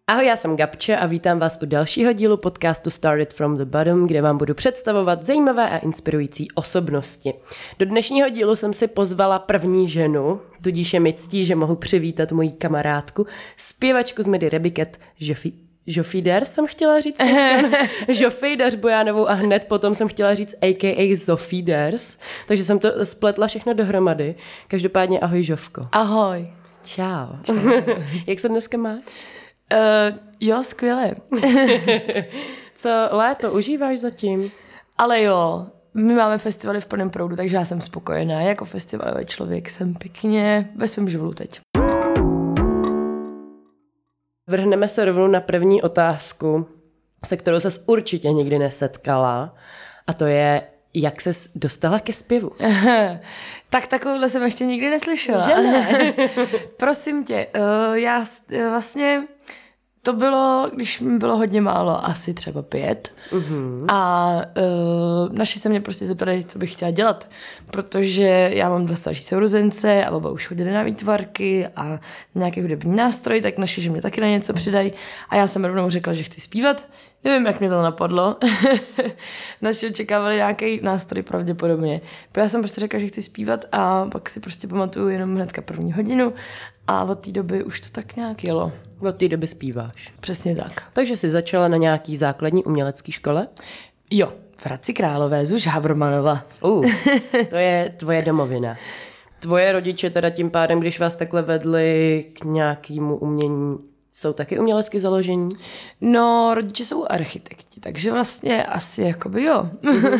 Ahoj, já jsem Gabče a vítám vás u dalšího dílu podcastu Started from the Bottom, kde vám budu představovat zajímavé a inspirující osobnosti. Do dnešního dílu jsem si pozvala první ženu, tudíž je mi ctí, že mohu přivítat moji kamarádku, zpěvačku z Midi Rebiket, Joffy Ders jsem chtěla říct. Joffy Deřbojánovou a hned potom jsem chtěla říct a.k.a. Zoffy Ders, takže jsem to spletla všechno dohromady. Každopádně ahoj, Žovko. Ahoj. Čau. Jak se dneska máš? Jo, skvěle. Co léto, užíváš zatím? Ale jo, my máme festivaly v plném proudu, takže já jsem spokojená. Jako festivalový člověk jsem pěkně ve svém živlu teď. Vrhneme se rovnou na první otázku, se kterou ses určitě nikdy nesetkala, a to je, jak ses dostala ke zpěvu? Tak takovouhle jsem ještě nikdy neslyšela. Že ne? Prosím tě, já vlastně... To bylo, když mi bylo hodně málo, asi třeba 5. A naši se mě prostě zeptali, co bych chtěla dělat, protože já mám 2 starší sourozence a oba už chodili na výtvarky a nějaký hudební nástroj, tak naši, že mě taky na něco přidají. A já jsem rovnou řekla, že chci zpívat. Nevím, jak mě to napadlo. Naši očekávali nějaký nástroj pravděpodobně. Já jsem prostě řekla, že chci zpívat a pak si prostě pamatuju jenom hnedka první hodinu a od té doby už to tak nějak jelo. Od té doby zpíváš. Přesně tak. Takže jsi začala na nějaký základní umělecké škole? Jo, v Hradci Králové, Zuš Havrmanova. To je tvoje domovina. Tvoje rodiče teda tím pádem, když vás takhle vedli k nějakému umění, jsou taky umělecky založení? No, rodiče jsou architekti, takže vlastně asi jakoby jo.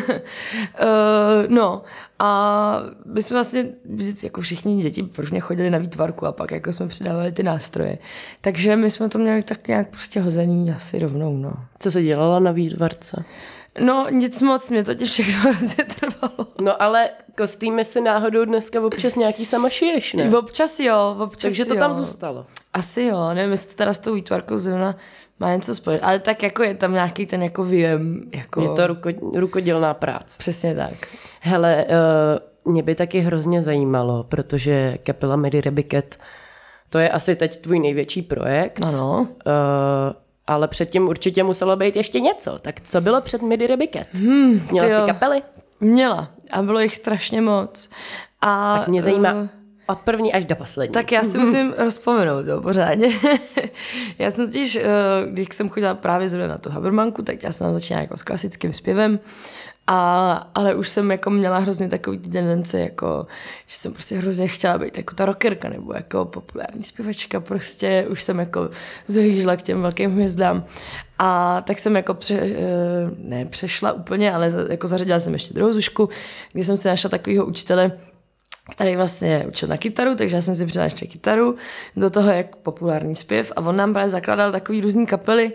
No, a my jsme vlastně jako všichni děti prvně chodili na výtvarku a pak jako jsme přidávali ty nástroje. Takže my jsme to měli tak nějak prostě hozený asi rovnou, no. Co jsi dělala na výtvarce? No, nic moc, mě to všechno hrozně trvalo. No ale kostýmy si náhodou dneska občas nějaký sama šiješ, ne? Občas jo, občas. Takže to jo. tam zůstalo. Asi jo, nevím, jestli teda s tou výtvarkou zrovna má něco spojit, ale tak jako je tam nějaký ten jako výjem. Jako... Je to rukodělná práce. Přesně tak. Hele, mě by taky hrozně zajímalo, protože kapela Midi Rebiket, to je asi teď tvůj největší projekt. Ano. Ale předtím určitě muselo být ještě něco. Tak co bylo před Midi Rebiket? Měla jsi kapely? Měla. A bylo jich strašně moc. A, tak mě zajímá od první až do poslední. Tak já si musím rozpomenout, jo, pořádně. Já jsem totiž, když jsem chodila právě zrovna na tu Habermanku, tak já jsem tam začínala jako s klasickým zpěvem. Ale už jsem jako měla hrozně takový ty tendence, jako, že jsem prostě hrozně chtěla být jako ta rockerka nebo jako populární zpěvačka, prostě už jsem jako vzhlížela k těm velkým hvězdám. A tak jsem jako přešla úplně, ale jako zařadila jsem ještě druhou zušku, kde jsem si našla takovýho učitele, který vlastně učil na kytaru, takže já jsem si přidala ještě kytaru, do toho jako populární zpěv a on nám právě zakládal takový různý kapely,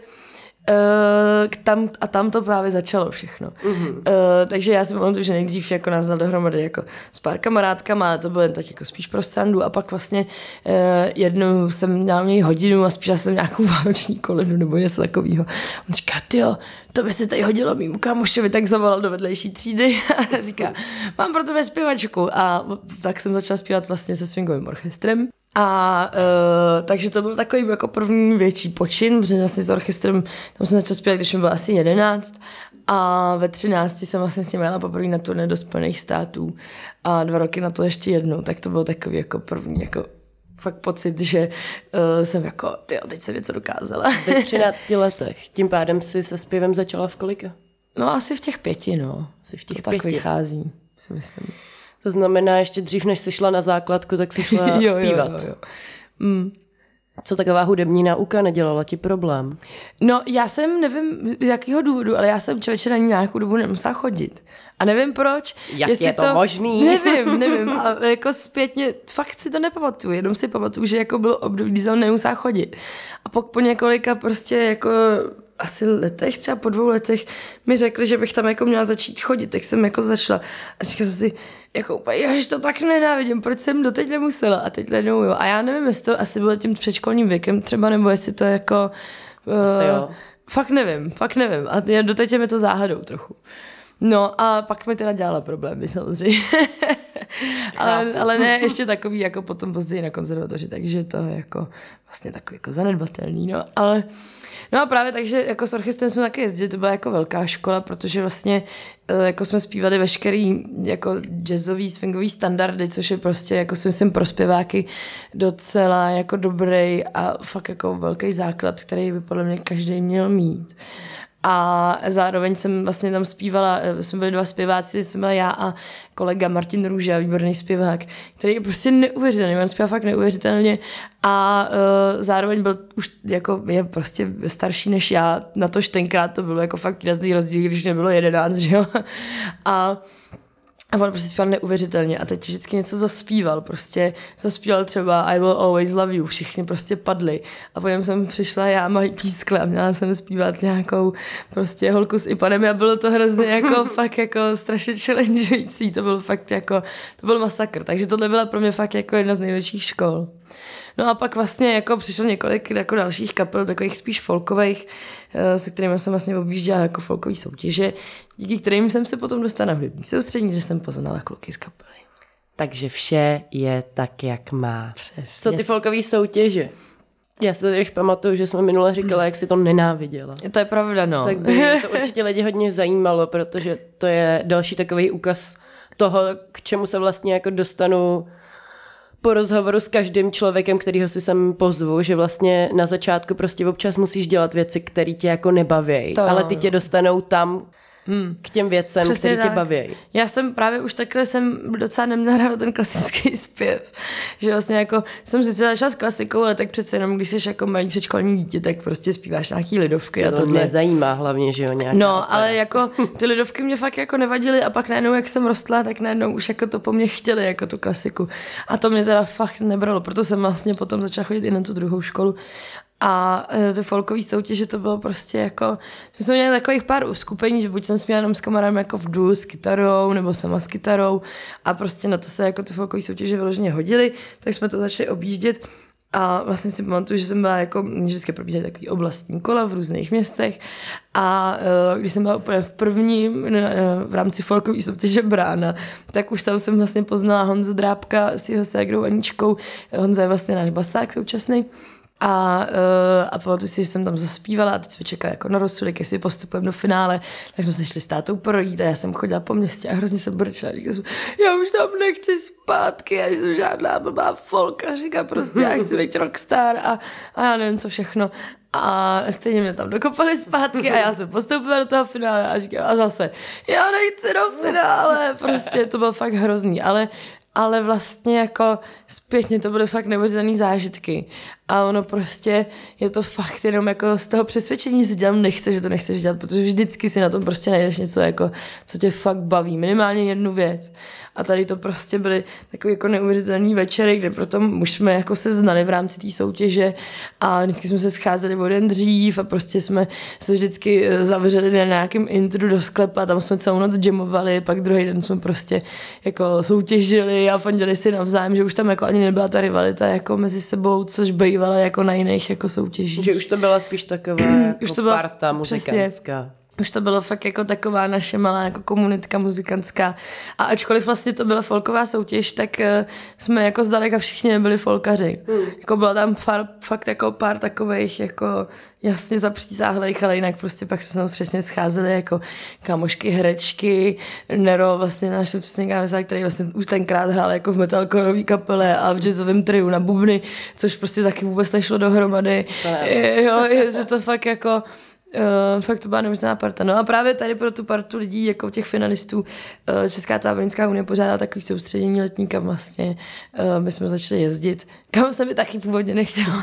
tam to právě začalo všechno. Takže já si pamatuju, že nejdřív jako nás dal dohromady jako s pár kamarádkama, ale to bylo jen tak jako spíš pro srandu a pak vlastně jednou jsem měla něj hodinu a spíš jsem nějakou vánoční kolenu nebo něco takového. On říká, tyjo, to by se tady hodilo mýmu kámošovi, tak zavolal do vedlejší třídy a říká, mám pro tebe zpěvačku. A tak jsem začala zpívat vlastně se swingovým orchestrem. A takže to byl takový jako první větší počin, protože vlastně s orchestrem tam jsem začala zpívat, když mi bylo asi 11 a ve 13 jsem vlastně s ním jela poprvé na turné do Spojených států a 2 roky na to ještě jednou, tak to byl takový jako první jako fakt pocit, že jsem jako, tyjo, teď jsem něco dokázala. Ve 13 letech, tím pádem si se zpěvem začala v kolika? No asi v těch 5, no. Asi v těch to 5. Tak vychází, si myslím. To znamená, ještě dřív, než jsi šla na základku, tak jsi šla zpívat. Jo. Co taková hudební náuka, nedělala ti problém? No, já jsem, nevím z jakého důvodu, ale já jsem člověče na nějakou dobu nemusela chodit. A nevím proč. Jak je to možný? Nevím. A jako zpětně, fakt si to nepamatuju. Jenom si pamatuju, že jako bylo období, kdy jsem nemusela chodit. A pak po několika prostě jako asi letech, třeba po 2 letech mi řekli, že bych tam jako měla začít chodit. Tak jsem jako začala. A říkala jsem si, jako úplně, že to tak nenávidím, proč jsem doteď nemusela a teď lednou, jo. A já nevím, jestli to asi bylo tím předškolním věkem třeba, nebo jestli to jako... Asi jo. Fakt nevím. A doteď je mi to záhadou trochu. No a pak mi teda dělala problémy samozřejmě. ale ne ještě takový jako potom později na konzervatoři, takže to je jako vlastně takový jako zanedbatelný, no, ale no a právě takže jako s orchestrem jsme taky jezdili, to byla jako velká škola, protože vlastně jako jsme zpívali veškerý jako jazzový, swingový standardy, což je prostě jako si myslím pro zpěváky docela jako dobrý a fakt jako velký základ, který by podle mě každý měl mít. A zároveň jsem vlastně tam zpívala, jsme byli 2 zpěváci, jsem byla já a kolega Martin Růža, výborný zpěvák, který je prostě neuvěřitelný, on zpívá fakt neuvěřitelně a zároveň byl už jako, je prostě starší než já, natož tenkrát to bylo jako fakt výrazný rozdíl, když mě bylo 11, že jo, a on prostě zpíval neuvěřitelně a teď vždycky něco zaspíval, zaspíval třeba I will always love you, všichni prostě padli a potom jsem přišla já malý pískle a měla jsem zpívat nějakou prostě holku s Ipanem a bylo to hrozně jako fakt jako strašně challengeující, to bylo fakt jako, to byl masakr, takže tohle byla pro mě fakt jako jedna z největších škol. No a pak vlastně jako přišlo několik jako dalších kapel, takových spíš folkových, se kterými jsem vlastně objížděla jako folkový soutěže, díky kterým jsem se potom dostala na hudební soustředění, že jsem poznala kluky z kapely. Takže vše je tak, jak má. Přesně. Co ty folkové soutěže? Já se už pamatuju, že jsme minule říkala, jak si to nenáviděla. To je pravda, no. Tak by to určitě lidi hodně zajímalo, protože to je další takový úkaz toho, k čemu se vlastně jako dostanu po rozhovoru s každým člověkem, kterýho si sem pozvu, že vlastně na začátku prostě občas musíš dělat věci, které tě jako nebaví, ale ty tě dostanou tam k těm věcem, které tě baví. Já jsem právě už takhle jsem docela neměla ráda ten klasický zpěv, že vlastně jako jsem si začala s klasikou, ale tak přece jenom, když jsi jako malý předškolní dítě, tak prostě zpíváš nějaký lidovky to a tohle. Nezajímá hlavně, že jo, nějaká no, opera. ale jako ty lidovky mě fakt jako nevadily a pak najednou, jak jsem rostla, tak najednou už jako to po mně chtěli, jako tu klasiku. A to mě teda fakt nebralo, proto jsem vlastně potom začala chodit i na tu druhou školu. A ty folkový soutěže to bylo prostě jako, že jsme měli takových pár uskupení, že buď jsem zpívala jenom s kamarádem jako v duo s kytarou, nebo sama s kytarou a prostě na to se jako ty folkový soutěže vyloženě hodily, tak jsme to začali objíždět a vlastně si pamatuju, že jsem byla jako, vždycky probíhaly takový oblastní kola v různých městech a když jsem byla úplně v prvním v rámci folkové soutěže Brána, tak už tam jsem vlastně poznala Honzu Drábka s jeho ségrou Aničkou, Honza je vlastně náš basák současný. A pamatuju si, že jsem tam zaspívala a teď jsme čekali jako na rozsudek, jestli postupujeme do finále, tak jsme se šli s tátou projít a já jsem chodila po městě a hrozně jsem brčela. Říkala jsem, já už tam nechci zpátky, já jsem žádná blbá folka, říká prostě, já chci být rockstar a já nevím co všechno. A stejně mě tam dokopali zpátky a já jsem postoupila do toho finále a říkám a zase, já nechci do finále, prostě to bylo fakt hrozný, ale vlastně jako zpětně to byly fakt neuvěřitelné zážitky. A ono prostě je to fakt jenom jako z toho přesvědčení si dělám nechce, že to nechceš dělat, protože vždycky si na tom prostě najdeš něco, jako, co tě fakt baví, minimálně jednu věc. A tady to prostě byly takové jako neuvěřitelné večery, kde proto už jsme jako se znali v rámci té soutěže a vždycky jsme se scházeli o den dřív a prostě jsme se vždycky zavřeli na nějakém intru do sklepa, tam jsme celou noc jamovali, pak druhý den jsme prostě jako soutěžili a fandili si navzájem, že už tam jako ani nebyla ta rivalita jako mezi sebou, což bývala jako na jiných jako soutěžích. Že už to byla spíš taková jako už to byla parta muzikantská. Už to bylo fakt jako taková naše malá jako komunitka muzikantská. A ačkoliv vlastně to byla folková soutěž, tak jsme jako zdaleka všichni nebyli folkaři. Jako bylo tam fakt jako pár takových jako jasně zapřísáhlejch, ale jinak prostě pak jsme se přesně scházeli jako kámošky, herečky, Nero, vlastně náš současný kámošák, který vlastně už tenkrát hrál jako v metalcoreový kapele a v jazzovém triu na bubny, což prostě taky vůbec nešlo dohromady. Jo, že to fakt jako fakt to byla neuvěřitelná parta. No a právě tady pro tu partu lidí, jako těch finalistů, Česká táborinská unie pořádala takový soustředění letní, kam vlastně my jsme začali jezdit, kam jsem mi taky původně nechtěla.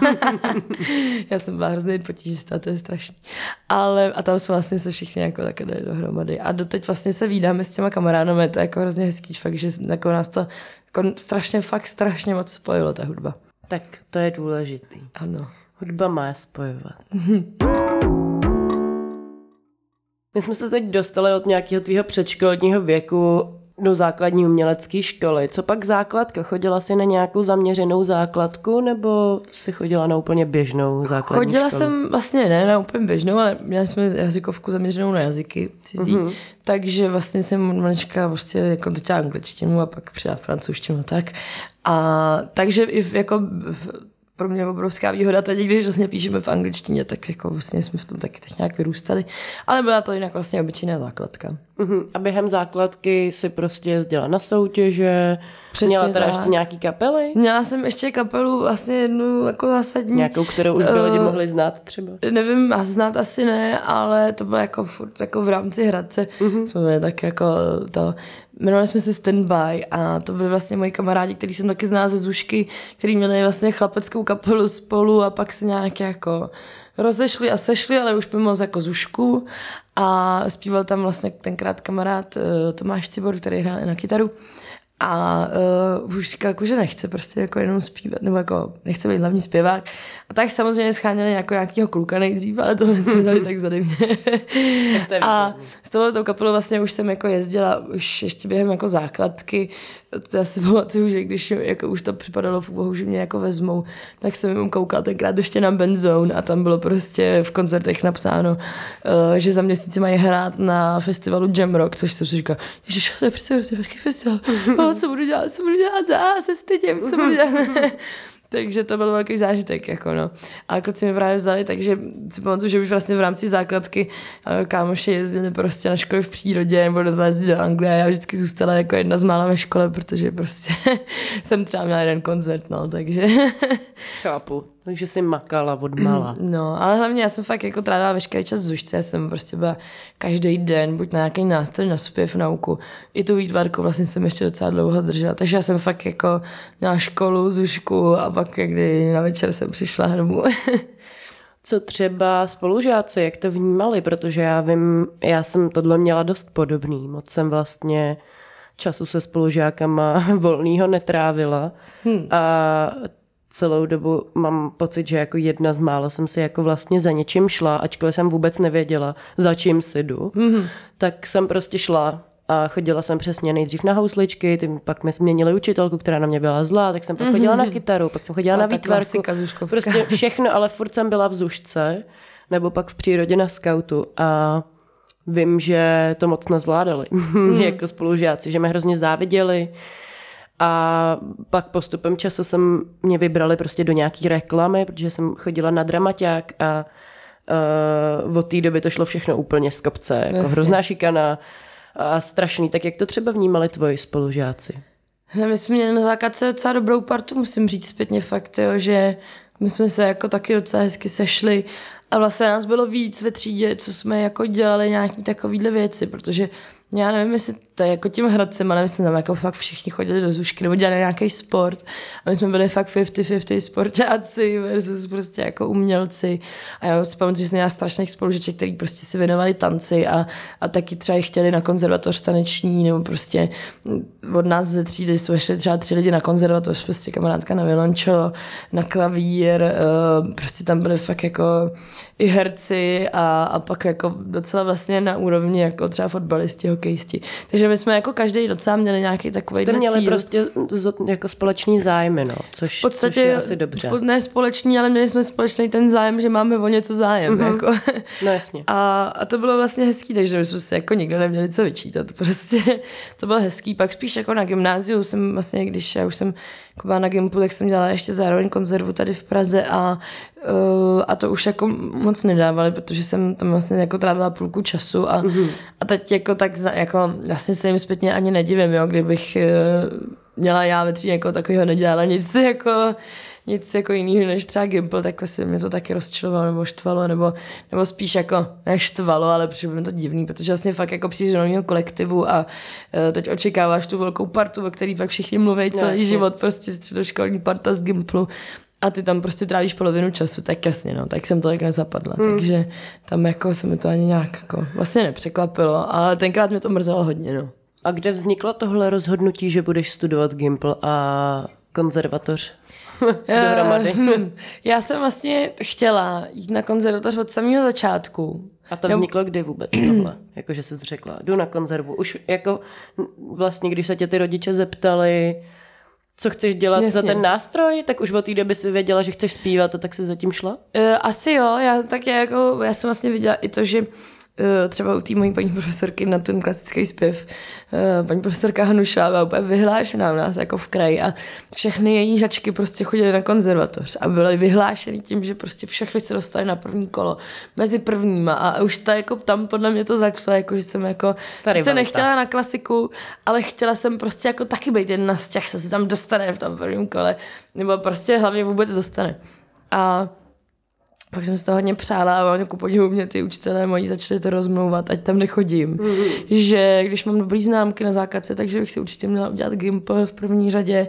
Já jsem byla hrozně potížistá, to je strašný. Ale a tam jsme vlastně se všichni jako také dali dohromady. A doteď vlastně se vídáme s těma kamarádami, to je jako hrozně hezký fakt, že jako nás to jako strašně moc spojilo, ta hudba. Tak to je důležitý. Ano. Hudba má spojovat. My jsme se teď dostali od nějakého tvýho předškolního věku do základní umělecké školy. Co pak základka? Chodila jsi na nějakou zaměřenou základku nebo jsi chodila na úplně běžnou základní Chodila školu? jsem vlastně ne na úplně běžnou, ale měla jsme jazykovku zaměřenou na jazyky cizí, takže vlastně jsem malička prostě jako dotěla angličtinu a pak přidala francouzštinu a tak. A takže i jako pro mě obrovská výhoda teď, když vlastně píšeme v angličtině, tak jako vlastně jsme v tom taky tak nějak vyrůstali. Ale byla to jinak vlastně obyčejná základka. A během základky si prostě jezdila na soutěže, Přesně měla teda tak. ještě nějaký kapely? Měla jsem ještě kapelu vlastně jednu jako zásadní. Nějakou, kterou už by lidi mohli znát třeba? Nevím, znát asi ne, ale to bylo jako furt jako v rámci Hradce. Jsme byli tak jako to, jmenovali jsme se Standby a to byli vlastně moji kamarádi, který jsem taky znala ze Zušky, který měli vlastně chlapeckou kapelu spolu a pak se nějak jako rozešli a sešli, ale už mimo jako Zušku a zpíval tam vlastně tenkrát kamarád Tomáš Cibor, který hrál i na kytaru. A už říkal, jako, že nechce prostě jako jenom zpívat, nebo jako nechce být hlavní zpěvák. A tak samozřejmě scháněli jako nějakýho kluka nejdřív, ale toho nesledali tak zade mě. A s touhletou kapelou vlastně už jsem jako jezdila už ještě během jako základky. To já si pamatuju, že když jako už to připadalo v úvahu, že mě jako vezmou, tak jsem koukala tenkrát ještě na Benzone a tam bylo prostě v koncertech napsáno, že za měsíc mají hrát na festivalu Jamrock, což jsem si říkala, ježiš, to je prostě velký festival, co budu dělat, se stydím, co budu dělat. Takže to byl velký zážitek, jako no. A kluci mi právě vzali, takže si pamatuju, že už vlastně v rámci základky kámoši jezdili prostě na školy v přírodě nebo jezdili do Anglie a já vždycky zůstala jako jedna z mála ve škole, protože prostě jsem třeba měla jeden koncert, no, takže... Chápu, takže jsi makala od mala. No, ale hlavně já jsem fakt jako trávila veškerý čas v Zušce, já jsem prostě byla každý den, buď na nějaký nástroj, na zpěv, nauku. I tu výtvarku vlastně jsem ještě docela dlouho držela, takže já jsem fakt jako měla školu, Zušku a pak někdy na večer jsem přišla domů. Co třeba spolužáci, jak to vnímali, protože já vím, já jsem tohle měla dost podobný, moc jsem vlastně času se spolužákama volnýho netrávila a celou dobu mám pocit, že jako jedna z mála jsem si jako vlastně za něčím šla, ačkoliv jsem vůbec nevěděla, za čím si jdu, tak jsem prostě šla a chodila jsem přesně nejdřív na housličky, pak mi změnili učitelku, která na mě byla zlá, tak jsem pak chodila na kytaru, pak jsem chodila na výtvarku, prostě všechno, ale furt jsem byla v Zušce, nebo pak v přírodě na skautu a vím, že to moc nezvládali jako spolužáci, že mě hrozně záviděli. A pak postupem času mě vybrali prostě do nějaký reklamy, protože jsem chodila na dramaťák a od té doby to šlo všechno úplně z kopce, jako hrozná šikana a strašný. Tak jak to třeba vnímali tvoji spolužáci? My jsme měli na základce docela dobrou partu, musím říct zpětně fakt, jo, že my jsme se jako taky docela hezky sešli a vlastně nás bylo víc ve třídě, co jsme jako dělali nějaký takovýhle věci, protože já nevím, jestli to je jako tím Hradcem, ale my jsme tam jako fakt všichni chodili do Zušky nebo dělali nějaký sport a my jsme byli fakt 50-50 sportáci versus prostě jako umělci a já si pamatuju, že jsem měla strašných spolužeček, který prostě si věnovali tanci a taky třeba chtěli na konzervatoř taneční nebo prostě od nás ze třídy jsme šli třeba 3 lidi na konzervatoř, prostě kamarádka na violončelo, na klavír, prostě tam byli fakt jako i herci a pak jako docela vlastně na úrovni jako třeba fotbalisti, hokejisti. Takže my jsme jako každý docela měli nějaký takový cíl. Jste měli prostě jako společný zájmy, no, což, v podstatě, což je asi dobře. Ne společný, ale měli jsme společný ten zájem, že máme o něco zájem. Jako. No jasně. A to bylo vlastně hezký, takže my jsme se jako nikdo neměli co vyčítat. Prostě to bylo hezký. Pak spíš jako na gymnáziu jsem vlastně, když já už jsem jako byla na gympu, tak jsem dělala ještě zároveň konzervu tady v Praze a to už jako moc nedávali, protože jsem tam vlastně jako trávila půlku času a teď jako tak jako vlastně se jim zpětně ani nedivím, jo, kdybych měla já ve třídě jako takového nedělala nic jako jiného než třeba Gimpl, tak vlastně mě to taky rozčilovalo nebo štvalo, nebo spíš jako neštvalo, ale přišlo mi to divný, protože vlastně fakt jako přijdeš do nového kolektivu a teď očekáváš tu velkou partu, o který pak všichni mluví celý život, prostě středoškolní parta z Gimplu a ty tam prostě trávíš polovinu času, tak jasně, no, tak jsem to tak nezapadla, takže tam jako se mi to ani nějak jako vlastně nepřekvapilo, ale tenkrát mě to mrzelo hodně, no. A kde vzniklo tohle rozhodnutí, že budeš studovat Gimpl a konzervatoř dohromady? Já jsem vlastně chtěla jít na konzervatoř od samého začátku. A to vzniklo kdy vůbec tohle? Jakože jsi řekla, jdu na konzervu. Už jako vlastně, když se tě ty rodiče zeptali, co chceš dělat za ten nástroj, tak už od té doby si věděla, že chceš zpívat a tak si zatím šla? Asi jo, já jsem vlastně viděla i to, že třeba u té mojí paní profesorky na ten klasický zpěv, paní profesorka Hanušová byla úplně vyhlášená u nás jako v kraji a všechny její žačky prostě chodily na konzervatoř a byly vyhlášeny tím, že prostě všechny se dostaly na první kolo mezi prvníma a už jako tam podle mě to začalo, jako že jsem jako sice nechtěla na klasiku, ale chtěla jsem prostě jako taky být jedna z těch, co se tam dostane v tom prvním kole, nebo prostě hlavně vůbec dostane. A pak jsem si to hodně přála a jako podivu mě ty učitelé moji začali to rozmlouvat, ať tam nechodím. Že když mám dobrý známky na základce, takže bych si určitě měla udělat Gimpl v první řadě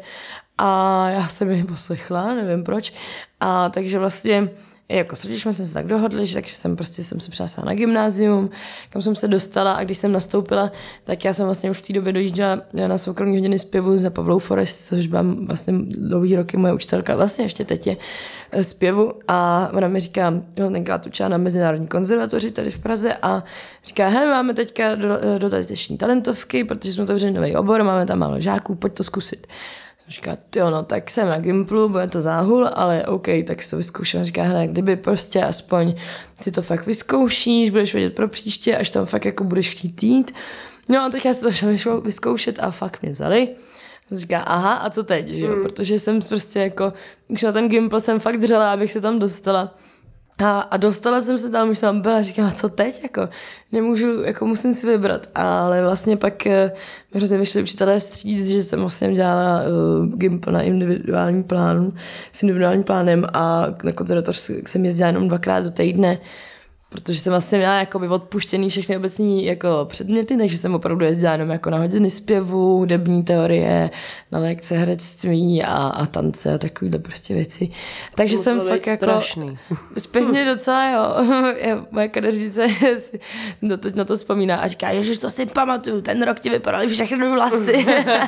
a já jsem je poslechla, nevím proč. A takže vlastně jako s rodičmi jsme se tak dohodli, že takže jsem se přásala na gymnázium, kam jsem se dostala a když jsem nastoupila, tak já jsem vlastně už v té době dojížděla na soukromé hodiny zpěvu za Pavlou Forest, což byla vlastně dlouhý roky moje učitelka, vlastně ještě teď je zpěvu a ona mi říká, tenkrát učila na Mezinárodní konzervatoři tady v Praze a říká, hele, máme teďka do tateční talentovky, protože jsme otevřeli nový obor, máme tam málo žáků, pojď to zkusit. Říká, no tak jsem na Gimplu, bude to záhul, ale OK, tak si to vyzkouším. Říká, hele, kdyby prostě aspoň si to fakt vyzkoušíš, budeš vědět pro příště, až tam fakt jako budeš chtít jít. No a tak já si to šla vyzkoušet a fakt mě vzali. Jsem říká, aha, a co teď, že jo? Protože jsem prostě jako, už na ten Gimpl jsem fakt dřela, abych se tam dostala. A dostala jsem se tam, už jsem byla a říkala, co teď, jako nemůžu, jako musím si vybrat, ale vlastně pak mi hrozně vyšli učitelé vstříc, že jsem vlastně dělala Gimpl na individuální plánu, s individuálním plánem a na konzervatoř jsem jezdila jenom 2krát do týdne, protože jsem vlastně měla jakoby odpuštěný všechny obecní jako předměty, takže jsem opravdu jezdila jenom jako na hodiny zpěvu, hudební teorie, na lekce herectví a tance a takovýhle prostě věci. Takže jsem fakt jako zpěvně docela, jo. Moje kadeřnice teď na to vzpomíná a říká, ježiš, to si pamatuju, ten rok ti vypadaly všechny vlasy.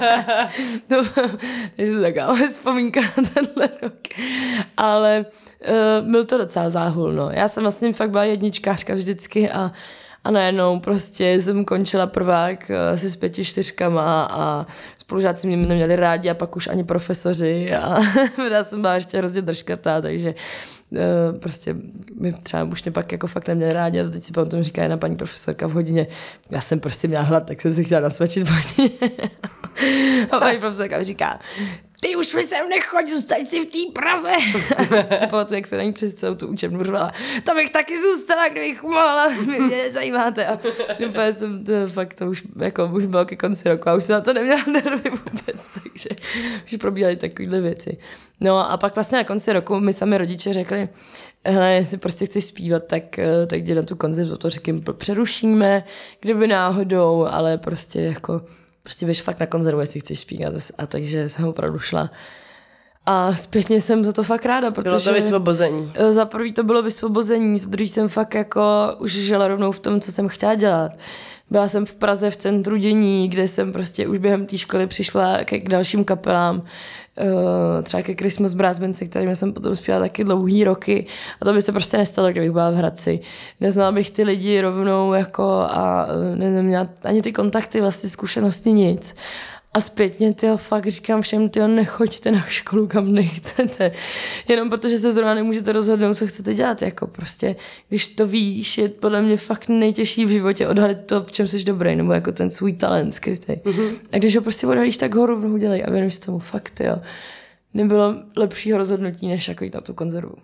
No, takže to taková vzpomínka na tenhle rok. Ale byl to docela záhul, no. Já jsem vlastně fakt byla jedničkářka vždycky a najednou prostě jsem končila prvák asi s 5 čtyřkama a spolužáci mě neměli rádi a pak už ani profesoři a já jsem byla ještě hrozně držkatá, takže prostě mi třeba už mě pak jako fakt neměli rádi a teď si potom říká jedna paní profesorka v hodině, já jsem prostě měla hlad, tak jsem si chtěla nasvačit v hodině. A paní profesorka mi říká, ty už mi sem nechoď, zůstaň si v té Praze. Si pamatuju, jak se na ní přes celou tu učebnu řvala. To bych taky zůstala, kdybych mohla, mě nezajímáte. A úplně jsem fakt to už bylo ke konci roku a už jsem na to neměla nervy vůbec, takže už probíhaly takovýhle věci. No a pak vlastně na konci roku mi sami rodiče řekli, hele, jestli prostě chceš zpívat, tak jdi na tu konzervatoř, přerušíme, kdyby náhodou, ale prostě jako prostě běž fakt na konzervu, jestli chceš zpívat. A takže jsem opravdu šla. A zpětně jsem za to fakt ráda, protože... Bylo to vysvobození. Za prvý to bylo vysvobození, za druhý jsem fakt jako už žila rovnou v tom, co jsem chtěla dělat. Byla jsem v Praze v centru dění, kde jsem prostě už během té školy přišla k dalším kapelám, třeba ke Christmas Brass Band, se kterými jsem potom zpívala taky dlouhý roky a to by se prostě nestalo, kdybych byla v Hradci. Neznala bych ty lidi rovnou jako a neměla ani ty kontakty, vlastně zkušenosti, nic. A zpětně, fakt říkám všem, nechoďte na školu, kam nechcete. Jenom protože se zrovna nemůžete rozhodnout, co chcete dělat. Jako prostě, když to víš, je podle mě fakt nejtěžší v životě odhalit to, v čem jsi dobrý, nebo jako ten svůj talent skrytý. A když ho prostě odhalíš, tak ho rovnou dělej a věnuj se tomu. Fakt, jo. Nebylo lepšího rozhodnutí, než jako jít na tu konzervu.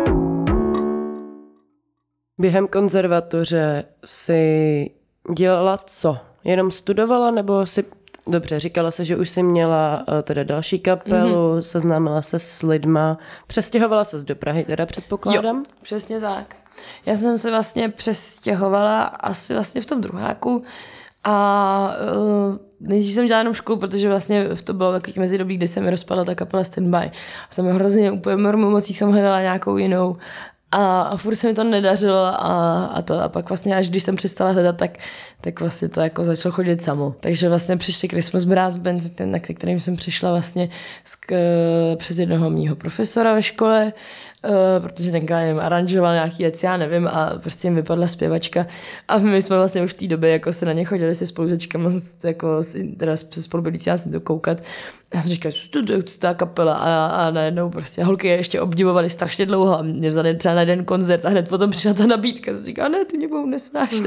Během konzervatoře si dělala co? Jenom studovala, nebo si... Dobře, říkala se, že už jsi měla teda další kapelu, seznámila se s lidma, přestěhovala ses do Prahy, teda předpokládám? Jo, přesně tak. Já jsem se vlastně přestěhovala asi vlastně v tom druháku a nejdřív jsem dělala jenom školu, protože vlastně to bylo takový mezidobí, kdy se mi rozpadla ta kapela Standby. A jsem hrozně úplně mrmomocích jsem hledala nějakou jinou. A furt se mi to nedařilo a pak vlastně až když jsem přestala hledat, tak vlastně to jako začalo chodit samo. Takže vlastně přišli Christmas Brass Band, na kterým jsem přišla vlastně přes jednoho mýho profesora ve škole protože tenkrát jim aranžoval nějaký věci, já nevím, a prostě jim vypadla zpěvačka a my jsme vlastně už v té době jako se na ně chodili se spolužačkama, jako teda se spolubydlící nás to koukat. Já jsem říkala, že to je ta kapela a najednou prostě holky je ještě obdivovali strašně dlouho a mě vzali třeba na jeden koncert a hned potom přišla ta nabídka. Jsem říkala, ne, ty mě budou nesnášet.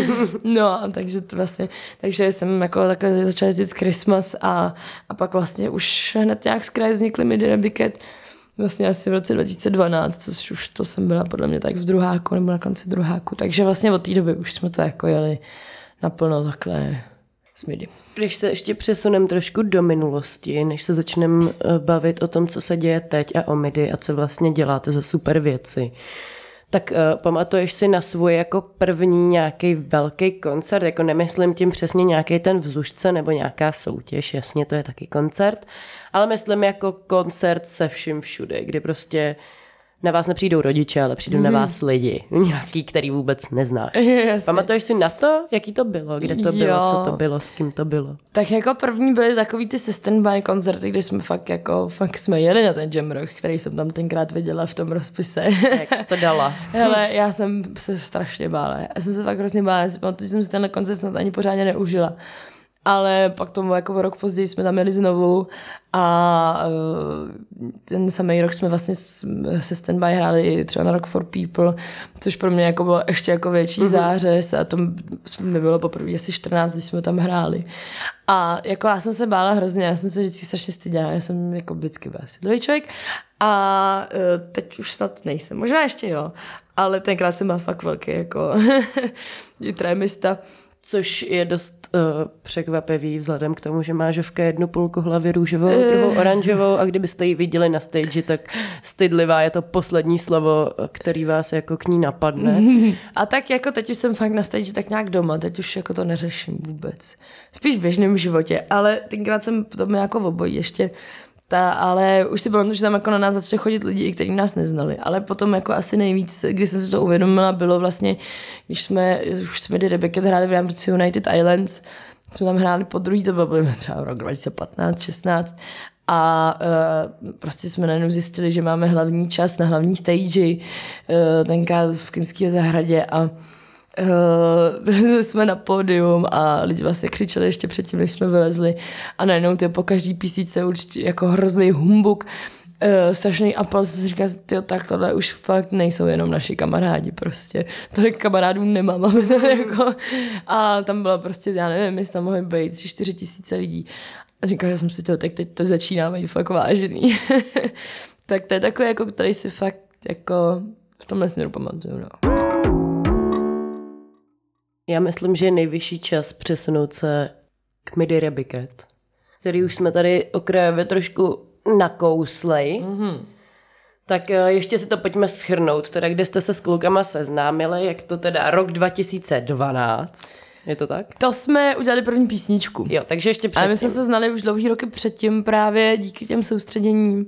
No, takže to vlastně, takže jsem jako takhle začala jezdit z Christmas a pak vlastně už hned nějak z kraje vznikly Midi Rebiket. Vlastně asi v roce 2012, což už to jsem byla podle mě tak v druháku nebo na konci druháku. Takže vlastně od té doby už jsme to jako jeli naplno takhle s Midi. Když se ještě přesuneme trošku do minulosti, než se začneme bavit o tom, co se děje teď a o Midi a co vlastně děláte za super věci, tak pamatuješ si na svůj jako první nějaký velký koncert, jako nemyslím tím přesně nějaký ten v Zušce nebo nějaká soutěž, jasně to je taky koncert, ale myslím jako koncert se vším všude, kdy prostě na vás nepřijdou rodiče, ale přijdou na vás lidi, nějaký, který vůbec neznáš. Pamatuješ si na to, jaký to bylo, kde to bylo, co to bylo, s kým to bylo? Tak jako první byly takový ty standby koncerty, kde jsme fakt jsme jeli na ten Jam Rock, který jsem tam tenkrát viděla v tom rozpise. Jak jsi to dala? Hele, já jsem se strašně bála. Já jsem se fakt hrozně bála, protože jsem si tenhle koncert snad ani pořádně neužila. Ale pak tomu jako rok později jsme tam jeli znovu a ten samý rok jsme vlastně se standby hráli třeba na Rock for People, což pro mě jako bylo ještě jako větší zářez a to mi bylo poprvé asi 14, když jsme tam hráli. A jako já jsem se bála hrozně, já jsem se vždycky strašně styděla, já jsem jako vždycky byla citlivý člověk a teď už snad nejsem, možná ještě jo, ale tenkrát jsem byla fakt velký jako trémista. Což je dost překvapivý vzhledem k tomu, že má Žovka jednu půlku hlavy růžovou, druhou oranžovou a kdybyste ji viděli na stage, tak stydlivá je to poslední slovo, který vás jako k ní napadne. A tak jako teď už jsem fakt na stage tak nějak doma, teď už jako to neřeším vůbec. Spíš v běžném životě, ale tenkrát jsem to měla jako v obojí ještě. Ale už si pamatuju, že tam jako na nás začali chodit lidi, kteří nás neznali. Ale potom jako asi nejvíc, když jsem si to uvědomila, bylo vlastně, když už jsme Midi Rebiket hráli v rámci United Islands, jsme tam hráli po druhý, to bylo třeba rok 2015-16 a prostě jsme najednou zjistili, že máme hlavní čas na hlavní stage, tenkrát v Kinského zahradě a jsme na pódium a lidi vlastně křičeli ještě předtím, než jsme vylezli a najednou po každý písničce určitě jako hrozný humbuk, strašný aplaus, se říká, tak tohle už fakt nejsou jenom naši kamarádi prostě, tolik kamarádů nemám, aby to jako, a tam bylo prostě, já nevím, jestli tam mohly být 4 000 lidí a říkala, že jsem si to, tak teď to začíná být fakt vážný. Tak to je takový, jako, který si fakt jako v tomhle směru pamatuju, no. Já myslím, že je nejvyšší čas přesunout se k Midi Rebiket, který už jsme tady okrajově trošku nakouslej. Tak ještě si to pojďme shrnout, teda kde jste se s klukama seznámili, jak to teda rok 2012, je to tak? To jsme udělali první písničku. Jo, takže ještě předtím. Ale my jsme se znali už dlouhý roky předtím právě díky těm soustředěním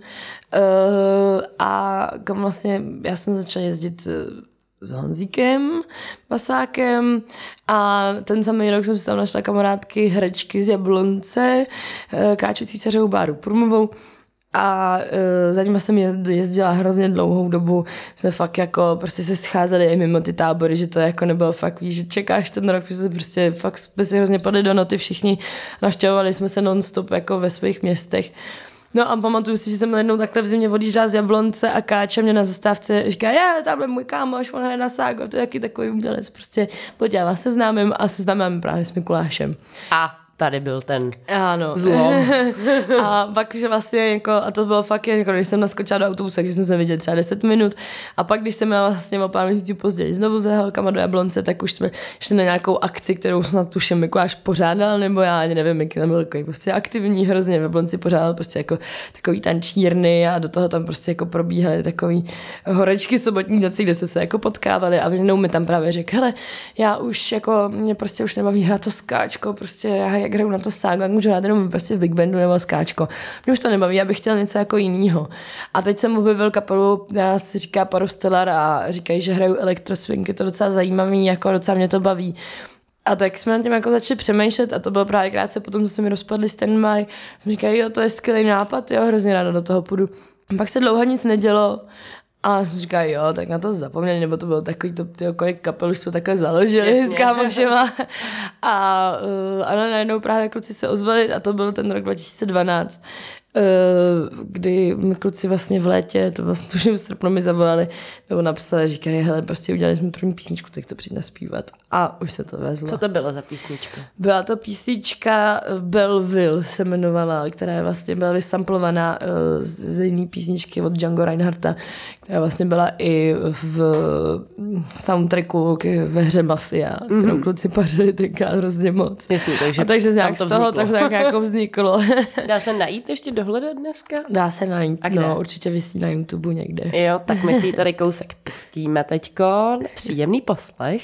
a kam vlastně já jsem začala jezdit s Honzíkem Vasákem a ten samý rok jsem si tam našla kamarádky herečky z Jablonce, Káču Císařovou Báru Prumovou a za nimi jsem jezdila hrozně dlouhou dobu. Jsme fakt jako prostě se scházeli i mimo ty tábory, že to jako nebylo fakt, víš, že čekáš ten rok, že se prostě fakt jsme si hrozně padli do noty všichni, navštěvovali jsme se non-stop jako ve svých městech. No a pamatuju si, že jsem jednou takhle v zimě odjížděla z Jablonce a Káča mě na zastávce říká, tamhle můj kámoš, on hraje na ságo, to je taky takový umělec, prostě pojď, já vás seznámím a seznámím právě s Mikulášem. A tady byl ten ano. zlom. A pak, že vlastně jako, a to bylo fakt, jako, když jsem naskočila do autobusu, takže jsem se viděla třeba 10 minut a pak, když jsem měla vlastně o pár měsíců později znovu za holkama do Jablonce, tak už jsme šli na nějakou akci, kterou snad tuším Mikuláš pořádal, nebo já ani nevím, jaký tam byl takový prostě aktivní hrozně, v Jablonci pořádal prostě jako takový tančírny a do toho tam prostě jako probíhaly takový horečky sobotní noci, kde jsme se jako potkávali a jednou mi tam právě řekl, hele, já už jako, mě prostě už nebaví hrát to skáčko, prostě já jak hraju na to ságo, jak můžu hrát jenom prostě v Big Bandu nebo skáčko. Mě už to nebaví, já bych chtěl něco jako jinýho. A teď jsem objevil kapelu, která se říká Parostellar a říkají, že hrajou elektroswing, je to docela zajímavý, jako docela mě to baví. A tak jsme na tím jako začali přemýšlet a to bylo právě krátce potom, co se mi rozpadli standby. Jsem říkala, jo, to je skvělý nápad, jo, hrozně ráda do toho půjdu. A pak se dlouho nic nedělo A jsem říkala, jo, tak na to zapomněli, nebo to bylo takový kolik kapel už jsme takhle založili s kámošema. A najednou právě kluci se ozvali a to byl ten rok 2012, kdy mi kluci vlastně v létě, to vlastně tuším v srpnu mi zavolali, nebo napsali, říkají, hele, prostě udělali jsme první písničku, tak to přijď naspívat. A už se to vezlo. Co to bylo za písnička? Byla to písnička Belleville se jmenovala, která vlastně byla vysamplovaná z jiné písničky od Django Reinhardta, která vlastně byla i v soundtracku ve hře Mafia, kterou kluci pařili tenkrát hrozně moc. Jasně, takže nějak z toho tak jako vzniklo. Dá se najít ještě dohledat dneska? Dá se najít, no, určitě visí na YouTube někde. Jo, tak my si tady kousek pustíme teďko. Příjemný poslech.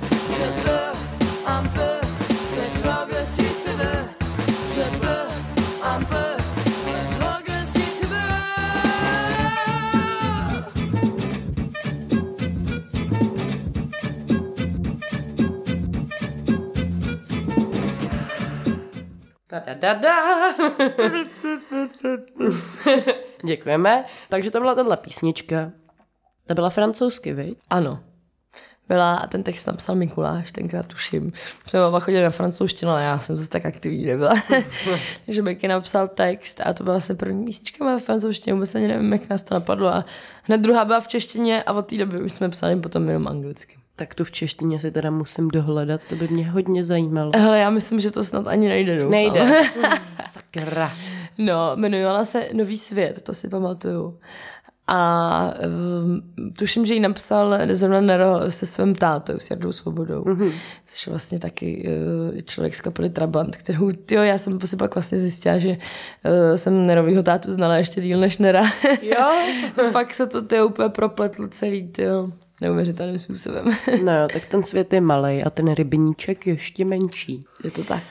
Děkujeme. Takže to byla tato písnička. Ta byla francouzsky, viď? Ano. Byla a ten text napsal Mikuláš, tenkrát tuším. Jsme oba chodili na francouzštinu, ale já jsem zase tak aktivní nebyla. Takže Becky napsal text a to byla vlastně první písnička ve francouzštině, vůbec ani nevím, jak nás to napadlo. A hned druhá byla v češtině a od té doby už jsme psali potom jenom anglicky. Tak tu v češtině si teda musím dohledat, to by mě hodně zajímalo. Hele, já myslím, že to snad ani nejde, doufám. Nejde. Sakra. No, jmenovala se Nový svět, to si pamatuju. A tuším, že ji napsal zrovna Nero se svým tátou, s Jardou Svobodou. Což je vlastně taky člověk z kapely Trabant, kterou, já jsem si pak vlastně zjistila, že jsem Nerovýho tátu znala ještě díl než Nera. Jo? Fakt se to úplně propletlo celý, neuvěřitelným způsobem. No jo, tak ten svět je malej a ten rybníček ještě menší. Je to tak.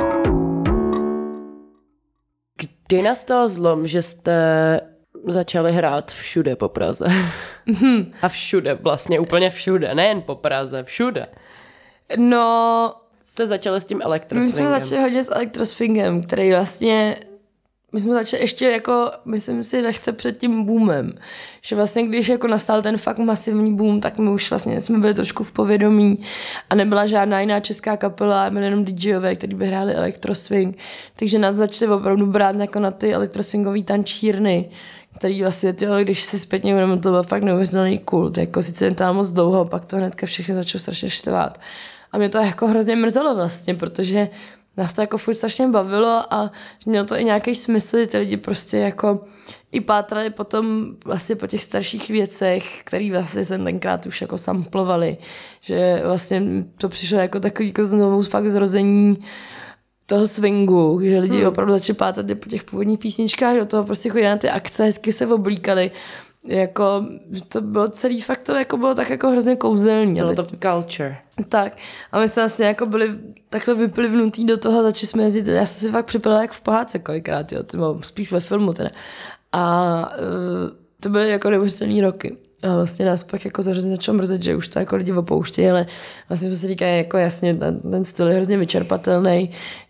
Kdy nastal zlom, že jste začali hrát všude po Praze? A všude, vlastně úplně všude, nejen po Praze, všude. No, jste začali s tím elektroswingem. My jsme začali hodně s elektroswingem, který vlastně, my jsme začali ještě jako, myslím si, lehce před tím boomem. Že vlastně, když jako nastal ten fakt masivní boom, tak my už vlastně jsme byli trošku v povědomí a nebyla žádná jiná česká kapela, byli jenom DJové, kteří by hráli elektroswing. Takže nás začali opravdu brát jako na ty elektroswingový tančírny, který vlastně, když si zpětně uvědomil, to byl fakt neuvěřitelný kult. Jako sice jen tam moc dlouho, pak to hnedka všechno začalo strašně štvát. A mě to jako hrozně mrzelo vlastně, protože nás to jako furt strašně bavilo a mělo to i nějaký smysl, že ty lidi prostě jako i pátrali potom vlastně po těch starších věcech, který vlastně jsem tenkrát už jako samplovali, že vlastně to přišlo jako takový jako znovu fakt zrození toho swingu, že lidi opravdu začali pátrat po těch původních písničkách, do toho prostě chodili na ty akce, hezky se oblíkali, jako, že to bylo celý fakt, to jako bylo tak jako hrozně kouzelný. Bylo to culture. Tak. A my jsme vlastně jako byli takhle vyplivnutý do toho, začali jsme jezdit, já jsem si fakt připadala jak v pohádce kolikrát, spíš ve filmu teda. A to byly jako neuvěřitelný roky. A vlastně nás pak jako začalo mrzet, že už to jako lidi opouštějí, ale vlastně jsme si říkali, jako jasně, ten styl je hrozně vyčerpatelný,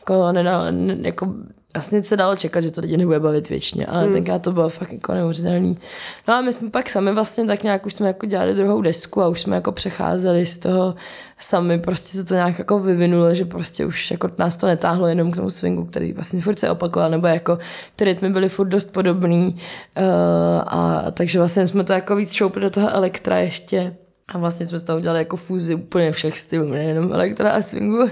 jako vlastně se dalo čekat, že to lidi nebude bavit věčně, ale tenkrát to bylo fakt jako neuvěřitelný. No a my jsme pak sami vlastně tak nějak už jsme jako dělali druhou desku a už jsme jako přecházeli z toho sami, prostě se to nějak jako vyvinulo, že prostě už jako nás to netáhlo jenom k tomu swingu, který vlastně furt se opakoval, nebo jako ty rytmy byly furt dost podobný a takže vlastně jsme to jako víc šoupli do toho elektra ještě. A vlastně jsme z toho udělali jako fúzi úplně všech stylů, nejenom elektra a swingu.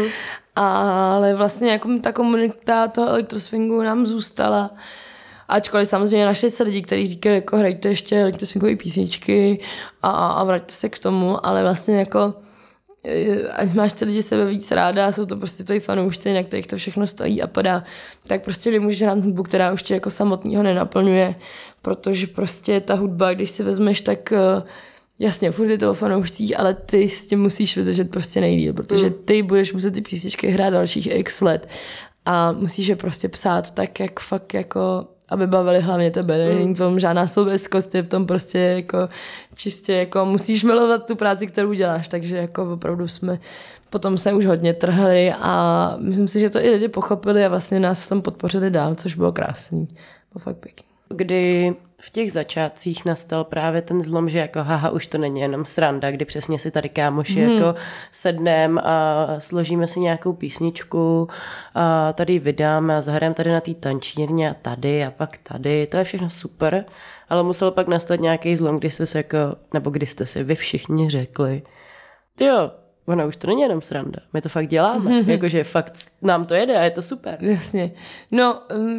Ale vlastně jako ta komunita toho elektroswingu nám zůstala. Ačkoliv samozřejmě našli se lidi, kteří říkali, jako hrajte ještě elektroswingové písničky a vraťte se k tomu, ale vlastně jako ať máš ty lidi sebe víc ráda, jsou to prostě tvoji fanoušci, na kterých to všechno stojí a padá, tak prostě nemůžeš hrát hudbu, která už tě jako samotného nenaplňuje, protože prostě ta hudba, když si vezmeš, tak jasně, furt je to o fanoušcích, ale ty s tím musíš vydržet prostě nejdýl, protože ty budeš muset ty písničky hrát dalších x let a musíš je prostě psát tak, jak fakt jako, aby bavili hlavně tebe. Není v tom žádná sobeckost, je v tom prostě jako čistě jako musíš milovat tu práci, kterou děláš, takže jako opravdu jsme potom se už hodně trhali a myslím si, že to i lidi pochopili a vlastně nás v tom podpořili dál, což bylo krásný. Bylo fakt pěkný. Kdy v těch začátcích nastal právě ten zlom, že jako haha, už to není jenom sranda, kdy přesně si tady kámoši jako sednem a složíme si nějakou písničku a tady vydáme a zahrajeme tady na té tančírně a tady a pak tady, to je všechno super, ale musel pak nastat nějaký zlom, kdy jste si jako, nebo kdy jste si vy všichni řekli, jo, ono už to není jenom sranda, my to fakt děláme, jakože fakt nám to jede a je to super. Jasně. No,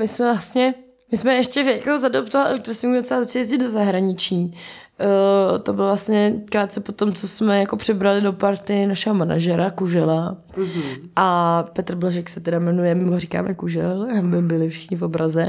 my jsme ještě jako za dobu toho elektroswingu docela začali jezdit do zahraničí. To bylo vlastně krátce po tom, co jsme jako přibrali do party našeho manažera Kužela. A Petr Blažek se teda jmenuje, my ho říkáme Kužel, my byli všichni v obraze.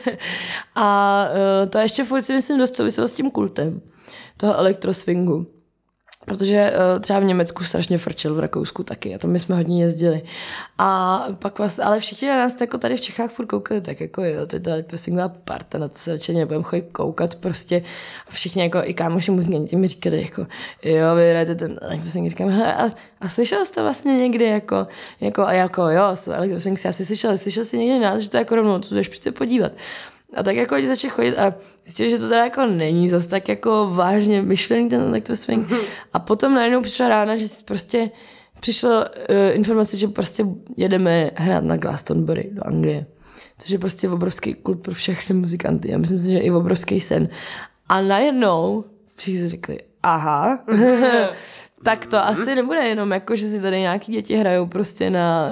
A to ještě furt si myslím dost souviselo s tím kultem toho elektroswingu. Protože třeba v Německu strašně frčel, v Rakousku taky a to my jsme hodně jezdili. A pak vlastně, ale všichni na nás jako tady v Čechách furt koukali, tak jako jo, to je ta elektroswingová parta, na to se radši nebudeme chodit koukat prostě. A všichni jako i kámoši muzikanti mi říkali jako, jo, vy hrajete ten elektroswing, říkám, hele, a slyšel jsi to vlastně někdy jako jo, elektroswing si asi slyšel jsi někdy nás, že to jako rovnou, co jdeš přece podívat. A tak jako začali chodit a zjistili, že to teda jako není zase tak jako vážně myšlený ten elektroswing. A potom najednou přišla rána, že prostě přišla informace, že prostě jedeme hrát na Glastonbury do Anglie. Což je prostě obrovský kult pro všechny muzikanty. Já myslím si, že i obrovský sen. A najednou všichni si řekli, aha, tak to asi nebude jenom jako, že si tady nějaký děti hrajou prostě na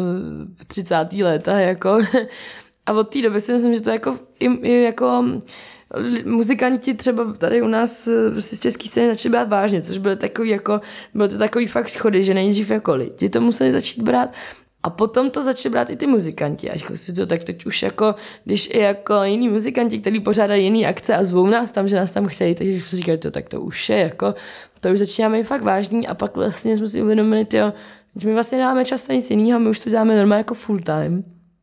30. léta, jako. A od té doby si myslím, že to jako, i jako muzikanti třeba tady u nás z české scény začali brát vážně, což bylo to takový fakt schody, že nejdřív jako lidi to museli začít brát a potom to začali brát i ty muzikanti. A si to tak teď už jako, když i jako jiní muzikanti, kteří pořádají jiný akce a zvou nás tam, že nás tam chtějí, takže si říkali, tak to už je jako, to už začínáme fakt vážný a pak vlastně jsme si uvědomili, že my vlastně dáme čas na nic jiného, my už to děláme normálně jako full time.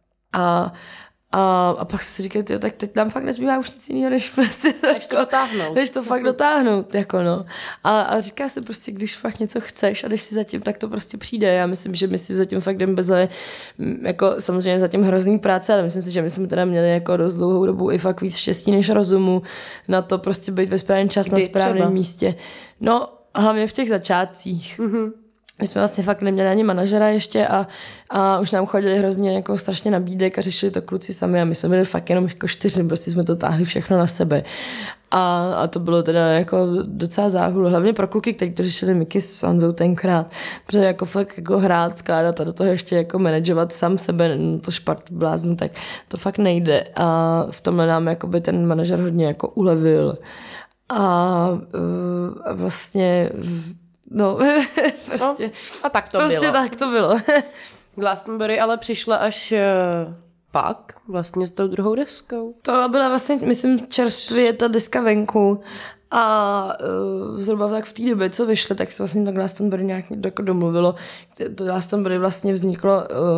A pak si říkali, tak teď nám fakt nezbývá už nic jiného, než prostě než to fakt dotáhnout, jako no. A říká se prostě, když fakt něco chceš a jdeš si zatím, tak to prostě přijde. Já myslím, že my si zatím fakt jdeme bezle, jako samozřejmě zatím hrozný práce, ale myslím si, že my jsme teda měli jako dost dlouhou dobu i fakt víc štěstí než rozumu na to prostě být ve správném čas na správném místě. No, hlavně v těch začátcích. My jsme vlastně fakt neměli ani manažera ještě a už nám chodili hrozně jako strašně nabídek a řešili to kluci sami a my jsme byli fakt jenom jako 4, prostě jsme to táhli všechno na sebe. A to bylo teda jako docela záhul, hlavně pro kluky, kteří to řešili Miky s Honzou tenkrát, protože jako fakt jako hrát, skládat a do toho ještě jako manažovat sám sebe, to špart bláznu, tak to fakt nejde. A v tomhle nám jakoby ten manažer hodně jako ulevil. A vlastně no, prostě. A tak to prostě bylo. Tak to bylo. Glastonbury ale přišla až pak, vlastně s tou druhou deskou. To byla vlastně, myslím, čerstvě ta deska venku a zhruba tak v té době, co vyšlo, tak se vlastně to Glastonbury nějak jako domluvilo. To Glastonbury vlastně vzniklo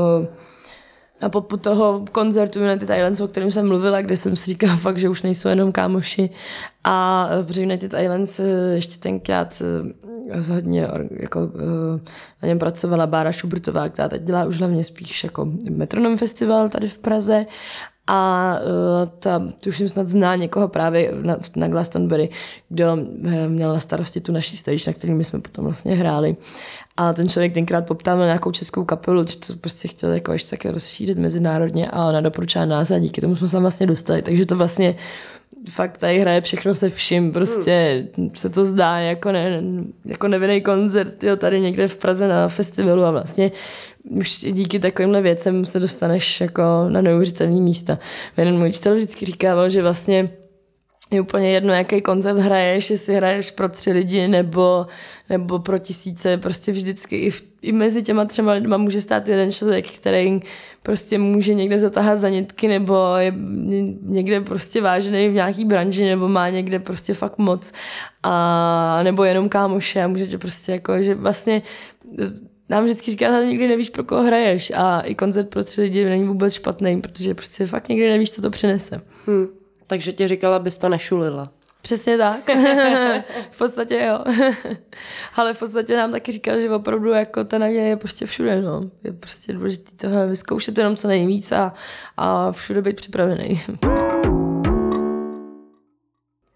na popud toho koncertu United Islands, o kterém jsem mluvila, kde jsem si říkala fakt, že už nejsou jenom kámoši. A protože United Islands ještě tenkrát hodně jako, na něm pracovala Bára Šubertová, která teď dělá už hlavně spíš jako Metronom festival tady v Praze. A tuším snad zná někoho právě na Glastonbury, kdo měl na starosti tu naší stage, na který my jsme potom vlastně hráli. A ten člověk tenkrát poptával nějakou českou kapelu, že to prostě chtěl jako ještě také rozšířit mezinárodně a ona doporučila nás a díky tomu jsme se vlastně dostali. Takže to vlastně fakt tady hraje všechno se vším, prostě se to zdá jako nevinný koncert, jo, tady někde v Praze na festivalu a vlastně už díky takovýmhle věcem se dostaneš jako na neuvěřitelný místa. Jeden můj učitel vždycky říkával, že vlastně je úplně jedno, jaký koncert hraješ, jestli hraješ pro 3 lidi nebo pro 1000, prostě vždycky i mezi těma 3 lidma může stát jeden člověk, který prostě může někde zatáhat za nitky nebo je někde prostě vážený v nějaký branži nebo má někde prostě fakt moc a nebo jenom kámoše a můžete prostě jako, že vlastně nám vždycky říká, že nikdy nevíš, pro koho hraješ a i koncert pro 3 lidi není vůbec špatný, protože prostě fakt nikdy nevíš, co to přinese. Takže ti říkala, bys to nešulila. Přesně tak. V podstatě jo. Ale v podstatě nám taky říkal, že opravdu jako ta naděje je prostě všude. No. Je prostě důležité toho vyzkoušet jenom co nejvíc a všude být připravený.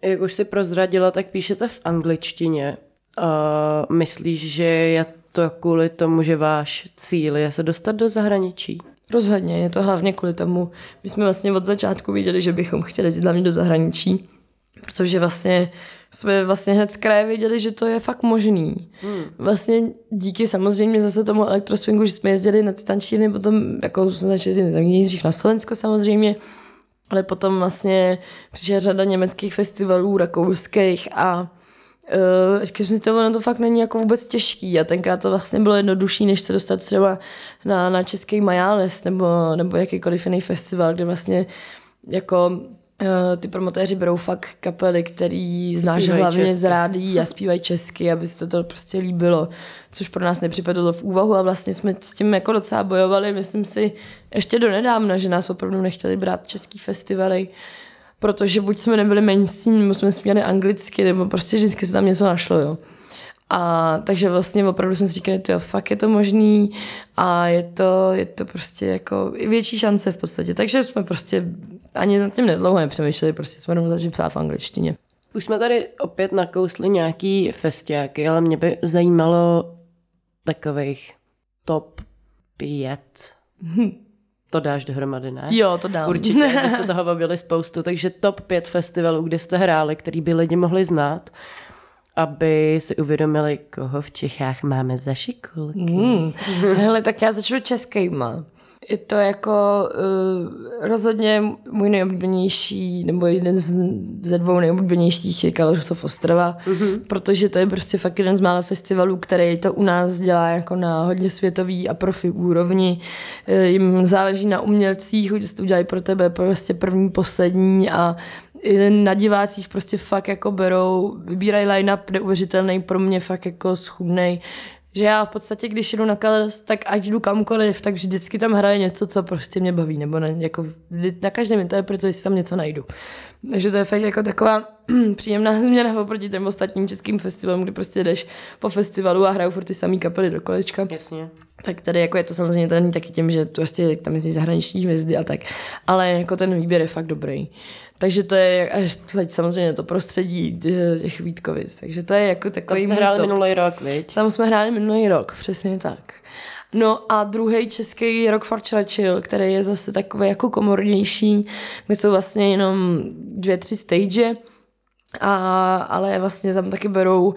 Jak už si prozradila, tak píšete v angličtině. Myslíš, že je to kvůli tomu, že váš cíl je se dostat do zahraničí? Rozhodně, je to hlavně kvůli tomu. My jsme vlastně od začátku viděli, že bychom chtěli jít hlavně do zahraničí, protože vlastně jsme vlastně hned z kraje věděli, že to je fakt možný. Vlastně díky samozřejmě zase tomu elektroswingu, že jsme jezdili na ty tančírny, potom jako jsme začali nejdřív na Slovensko samozřejmě, ale potom vlastně přišla řada německých festivalů, rakouských a říkali jsme si, to fakt není jako vůbec těžký a tenkrát to vlastně bylo jednodušší, než se dostat třeba na český Majales nebo jakýkoliv jiný festival, kde vlastně jako ty promotéři berou fakt kapely, který znáš hlavně z rádií a zpívají česky, aby se to prostě líbilo, což pro nás nepřipadlo v úvahu a vlastně jsme s tím jako docela bojovali, myslím si, ještě do nedávna, že nás opravdu nechtěli brát český festivaly, protože buď jsme nebyli mainstream, nebo jsme směli anglicky, nebo prostě vždycky se tam něco našlo, jo. A takže vlastně opravdu jsme si říkali, jo, fakt je to možný a je to prostě jako i větší šance v podstatě. Takže jsme prostě ani nad tím nedlouho nepřemýšleli, prostě jsme rovnou začali psát v angličtině. Už jsme tady opět nakousli nějaký festiáky, ale mě by zajímalo takových top 5. To dáš dohromady, ne? Jo, to dám. Určitě, vy jste toho objeli spoustu, takže top 5 festivalů, kde jste hráli, který by lidi mohli znát, aby si uvědomili, koho v Čechách máme za šikulky. Hele, tak já začnu českýma. Je to jako rozhodně můj nejoblíbenější, nebo jeden ze 2 nejoblíbenějších je Kalousov Ostrava, protože to je prostě fakt jeden z mála festivalů, který to u nás dělá jako na hodně světový a profi úrovni. Jim záleží na umělcích, že to udělají pro tebe prostě první, poslední a na divácích prostě fakt jako berou, vybírají line-up neuvěřitelný, pro mě fakt jako schudnej, že já v podstatě, když jdu na Colors, tak ať jdu kamkoliv, tak vždycky tam hraje něco, co prostě mě baví, nebo jako na každém interpretu si tam něco najdu. Takže to je fakt jako taková příjemná změna oproti těm ostatním českým festivalům, kdy prostě jdeš po festivalu a hrajou furt ty samý kapely do kolečka. Jasně. Tak tady jako je to samozřejmě to není taky tím, že prostě tam jezdí zahraniční hvězdy a tak, ale jako ten výběr je fakt dobrý. Takže to je, až teď samozřejmě to prostředí těch Vítkovic, takže to je jako takový... Tam jsme hráli minulý rok, viď? Tam jsme hráli minulý rok, přesně tak. No a druhý český Rock for Churchill, který je zase takový jako komornější, my jsou vlastně jenom 2-3 stage, ale vlastně tam taky berou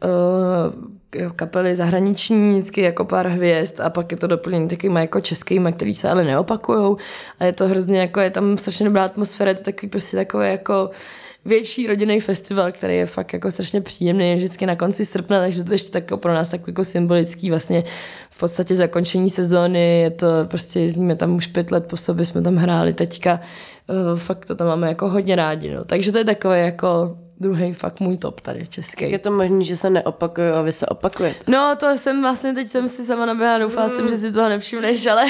kapely zahraniční, vždycky jako pár hvězd a pak je to doplnění takovýma jako českýma, který se ale neopakujou a je to hrozně jako, je tam strašně dobrá atmosféra, je to takový prostě takový jako větší rodinný festival, který je fakt jako strašně příjemný, je vždycky na konci srpna, takže to ještě tak pro nás takový jako symbolický vlastně v podstatě zakončení sezóny, je to prostě jezdíme tam už 5 let po sobě, jsme tam hráli teďka, fakt to tam máme jako hodně rádi, no. Takže to je takové jako druhý fakt můj top tady český. Jak je to možné, že se neopakují a vy se opakujete? No to jsem vlastně, teď jsem si sama naběhla, doufala jsem, že si toho nevšimneš, ale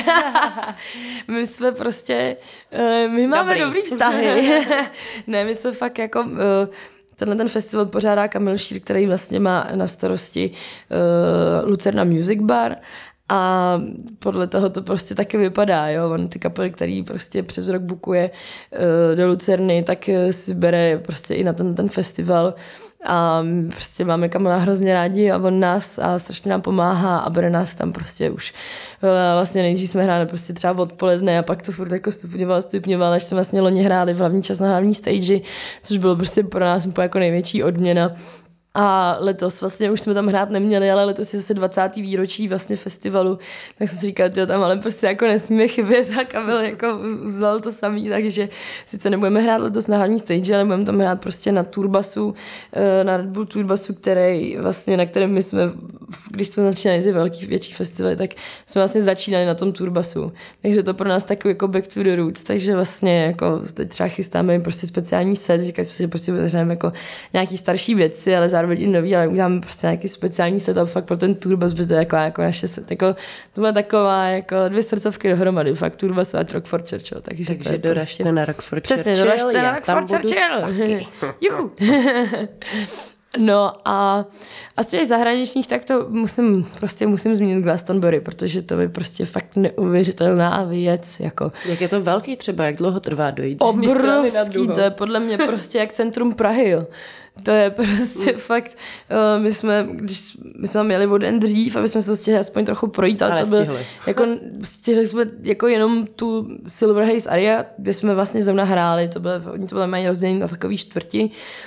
my jsme prostě, my máme dobrý vztahy. Ne, my jsme fakt jako, tenhle ten festival pořádá Kamil Šír, který vlastně má na starosti Lucerna Music Bar. A podle toho to prostě taky vypadá, jo. On ty kapely, který prostě přes rok bukuje do Lucerny, tak si bere prostě i na ten festival a prostě máme Kamila hrozně rádi a on nás a strašně nám pomáhá a bere nás tam prostě už. Vlastně nejdřív jsme hráli prostě třeba odpoledne a pak to furt jako stupňovalo, až jsme vlastně loni hráli v hlavní čas na hlavní stage, což bylo prostě pro nás úplně jako největší odměna. A letos vlastně už jsme tam hrát neměli, ale letos je zase 20. výročí vlastně festivalu, tak jsem si říkal, že tam ale prostě jako nesmíme chybět a Kamil jako vzal to samý, takže sice nebudeme hrát letos na hlavní stage, ale budeme tam hrát prostě na Turbasu, na Red Bull Turbasu, který vlastně, na kterém my jsme, když jsme začínali z velký větší festivaly, tak jsme vlastně začínali na tom Turbasu, takže to pro nás takový jako back to the roots, takže vlastně jako teď třeba chystáme prostě speciální set, říkali jsme si, že prostě hrajeme jako nějaký starší věci, ale zároveň i nový, ale uděláme prostě nějaký speciální setup fakt pro ten Turbas, protože to je jako naše set. Jako, to byla taková jako 2 srdcovky dohromady, fakt Turbas a Rock for Churchill. Takže to je doražte prostě... na Rock for Churchill. Přesně, doražte na Rock for Churchill. Juhu. No a z těch zahraničních tak to musím zmínit Glastonbury, protože to je prostě fakt neuvěřitelná věc. Jako. Jak je to velký třeba, jak dlouho trvá dojít? Obrovský, to je podle mě prostě jak centrum Prahy, jo. To je prostě fakt, my jsme měli o den dřív, aby jsme se stihli aspoň trochu projít, ale to bylo, jako, stihli jsme jako jenom tu Silver Haze area, kde jsme vlastně zrovna hráli, oni to bylo mají rozdělení na takový čtvrti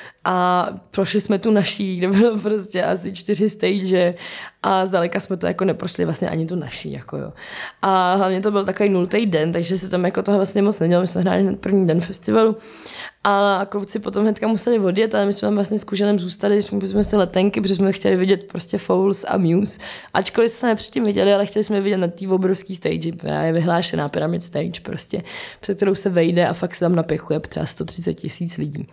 a prošli jsme tu naší, kde bylo prostě asi 4 stage a zdaleka jsme to jako neprošli vlastně ani tu naší, jako jo. A hlavně to byl takový 0. den, takže se tam jako toho vlastně moc nedělo, my jsme hráli hned první den festivalu a kluci potom hnedka museli odjet, ale my jsme tam vlastně s Kuženem zůstali, jsme si letenky, protože jsme chtěli vidět prostě Fouls a Muse, ačkoliv jsme předtím viděli, ale chtěli jsme vidět na té obrovský stage, která je vyhlášená Pyramid Stage prostě, před kterou se vejde a fakt se tam napěchuje třeba 130 000 lidí.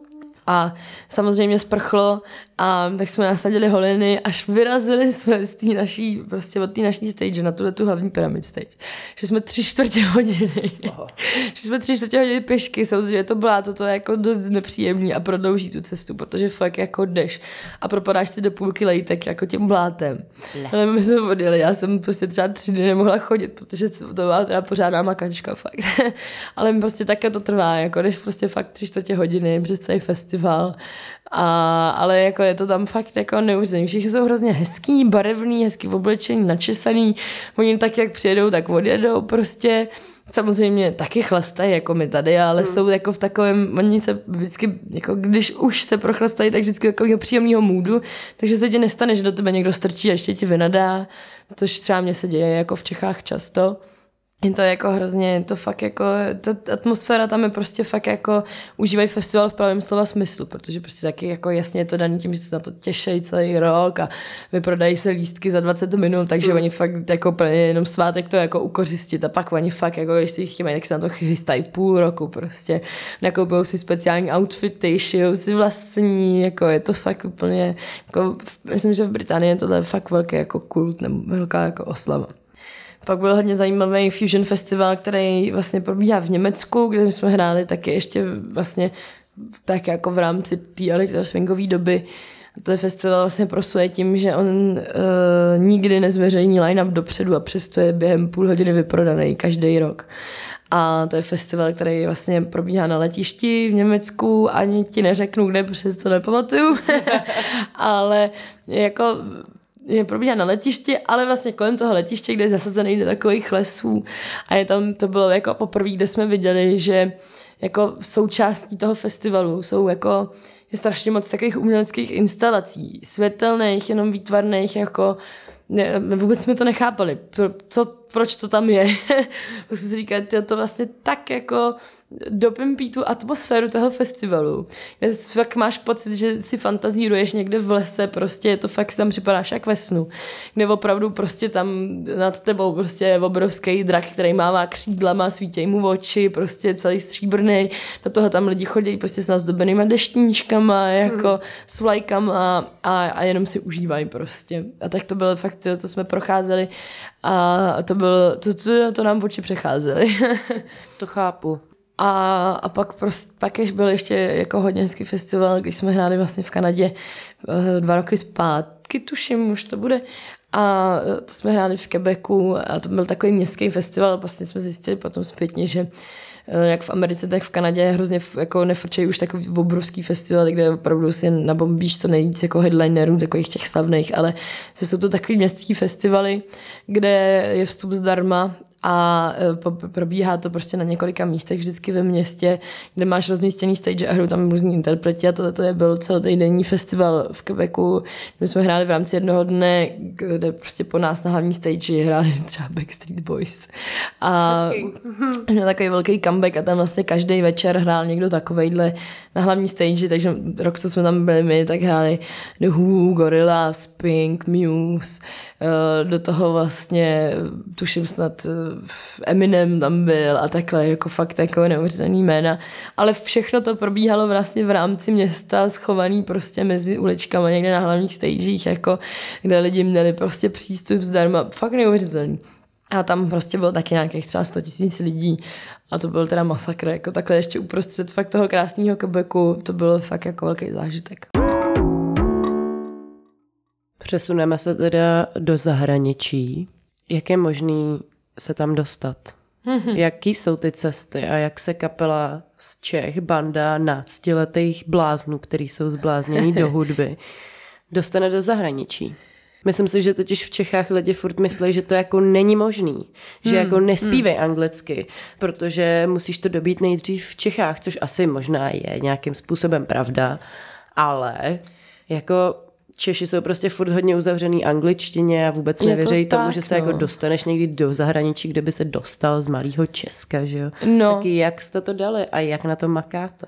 A samozřejmě sprchlo a tak jsme nasadili holiny, až vyrazili jsme z té naší, prostě od té naší stage na tu hlavní Pyramid Stage. Že jsme 3/4 hodiny. Že jsme 3/4 hodiny pěšky, samozřejmě to byla toto jako dost nepříjemný a prodlouží tu cestu, protože fakt jako jdeš a propadáš si do půlky lejtek jako tím blátem. Ale my jsme odjeli, já jsem prostě třeba 3 dny nemohla chodit, protože to byla teda pořádná makačka fakt. Ale prostě také to trvá, jako jdeš prostě fakt 3/4 hodiny přes celý festival. Ale jako je to tam fakt jako neuvěřitelný. Všichni jsou hrozně hezký, barevný, hezký v oblečení, načesaný. Oni tak, jak přijedou, tak odjedou prostě. Samozřejmě taky chlastají, jako my tady, ale jsou jako v takovém, oni se vždycky, jako když už se prochlastají, tak vždycky takového příjemného moodu, takže se ti nestane, že do tebe někdo strčí a ještě ti vynadá, což třeba mně se děje jako v Čechách často. Je to jako hrozně, je to fakt jako, ta atmosféra tam je prostě fakt jako, užívají festival v pravém slova smyslu, protože prostě taky jako jasně je to daný tím, že se na to těší celý rok a vyprodají se lístky za 20 minut, takže oni fakt jako jenom svátek to jako ukořistit a pak oni fakt jako, když si jich chtějí, tak se na to chystají půl roku prostě, nakoupujou si speciální outfity, šijou si vlastní, jako je to fakt úplně, jako, myslím, že v Británii tohle je fakt velký jako kult nebo velká jako oslava. Pak byl hodně zajímavý Fusion Festival, který vlastně probíhá v Německu, kde jsme hráli taky ještě vlastně tak jako v rámci té elektroswingové doby. To je festival vlastně prosluje tím, že on nikdy nezveřejní line-up dopředu a přesto je během půl hodiny vyprodaný každý rok. A to je festival, který vlastně probíhá na letišti v Německu, ani ti neřeknu kde, protože to nepamatuju, ale jako je probíhá na letišti, ale vlastně kolem toho letiště, kde je zasazený do takových lesů a je tam, to bylo jako poprvé, kde jsme viděli, že jako součástí toho festivalu jsou jako, je strašně moc takových uměleckých instalací, světelných, jenom výtvarných, jako vůbec jsme to nechápali, proč to tam je. Pak jsem si říkal, to vlastně tak jako dopimpí tu atmosféru toho festivalu. Kde fakt máš pocit, že si fantazíruješ někde v lese, prostě to fakt tam připadáš jak ve snu. Kde opravdu prostě tam nad tebou prostě je obrovský drak, který mává křídlama, svítěj mu oči, prostě celý stříbrný. Do toho tam lidi chodí prostě s nazdobenýma deštníčkama, jako s vlajkama a jenom si užívají prostě. A tak to bylo fakt, to jsme procházeli a to nám oči přecházely. To chápu. A pak byl ještě jako hodně hezký festival, když jsme hráli vlastně v Kanadě 2 roky zpátky, tuším, už to bude. A to jsme hráli v Quebecu a to byl takový městský festival. Vlastně jsme zjistili potom zpětně, že jak v Americe, tak v Kanadě hrozně jako nefrčejí už takový obrovský festival, kde opravdu si nabombíš co nejvíc jako headlinerů, takových těch slavných, ale že jsou to takový městský festivaly, kde je vstup zdarma a probíhá to prostě na několika místech vždycky ve městě, kde máš rozmístěný stage a hrajou tam různý interpreti a tohle je byl celotýdenní festival v Quebecu. My jsme hráli v rámci jednoho dne, kde prostě po nás na hlavní stage hráli třeba Backstreet Boys. A měl takový velký comeback a tam vlastně každý večer hrál někdo takovejhle na hlavní stage, takže rok, co jsme tam byli my, tak hráli The Who, Gorillaz, Pink, Muse, do toho vlastně tuším snad Eminem tam byl a takhle, jako fakt takové neuvěřitelný jména, ale všechno to probíhalo vlastně v rámci města, schovaný prostě mezi uličkama někde na hlavních stagech, jako kde lidi měli prostě přístup zdarma, fakt neuvěřitelný. A tam prostě bylo taky nějakých třeba 100 000 lidí a to byl teda masakr, jako takhle ještě uprostřed fakt toho krásného Quebecu, to bylo fakt jako velký zážitek. Přesuneme se teda do zahraničí. Jak je možný se tam dostat? Jaký jsou ty cesty a jak se kapela z Čech, banda náctiletých bláznů, který jsou zbláznění do hudby, dostane do zahraničí? Myslím si, že totiž v Čechách lidi furt myslí, že to jako není možný, že jako nespívej anglicky, protože musíš to dobít nejdřív v Čechách, což asi možná je nějakým způsobem pravda, ale jako Češi jsou prostě furt hodně uzavřený angličtině a vůbec nevěří tomu, že se jako dostaneš někdy do zahraničí, kde by se dostal z malého Česka, že jo? No. Taky jak jste to dali a jak na to makáte?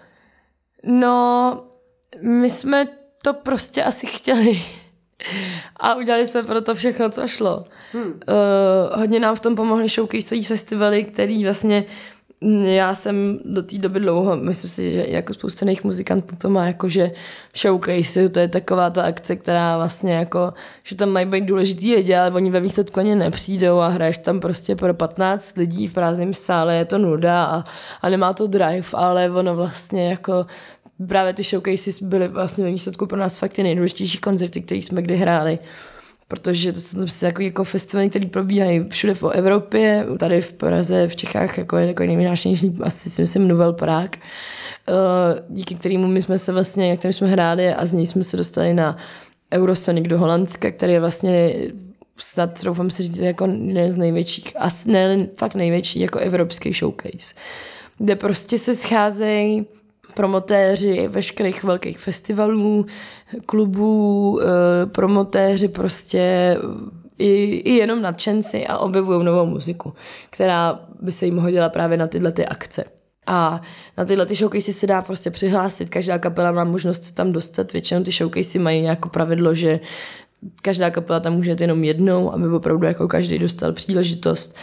No, my jsme to prostě asi chtěli. A udělali jsme pro to všechno, co šlo. Hodně nám v tom pomohly showcaseový festivaly, který vlastně já jsem do té doby dlouho, myslím si, že jako spousta jiných muzikantů to má jako, že showcase, to je taková ta akce, která vlastně jako, že tam mají být důležitý lidi, ale oni ve výsledku ani nepřijdou a hraješ tam prostě pro 15 lidí v prázdném sále, je to nuda a nemá to drive, ale ono vlastně jako právě ty showcases byly vlastně ve výsledku pro nás fakt ty nejdůležitější koncerty, které jsme kdy hráli. Protože to jsou prostě jako festivaly, které probíhají všude po Evropě, tady v Praze, v Čechách, jako je takový nejvynášenější, asi si myslím Nouvelle Prague, díky kterému my jsme se vlastně, na kterém jsme hráli a z něj jsme se dostali na Eurosonic do Holandska, který je vlastně snad, doufám si říct, jako jeden z největších, asi ne, fakt největší, jako evropský showcase, kde prostě se scházejí promotéři veškerých velkých festivalů, klubů, promotéři prostě i jenom nadšenci a objevují novou muziku, která by se jim hodila právě na tyhle ty akce. A na tyhle ty showcasey se dá prostě přihlásit, každá kapela má možnost se tam dostat, většinou ty showcasey mají jako pravidlo, že každá kapela tam může jít jenom jednou, aby opravdu jako každý dostal příležitost.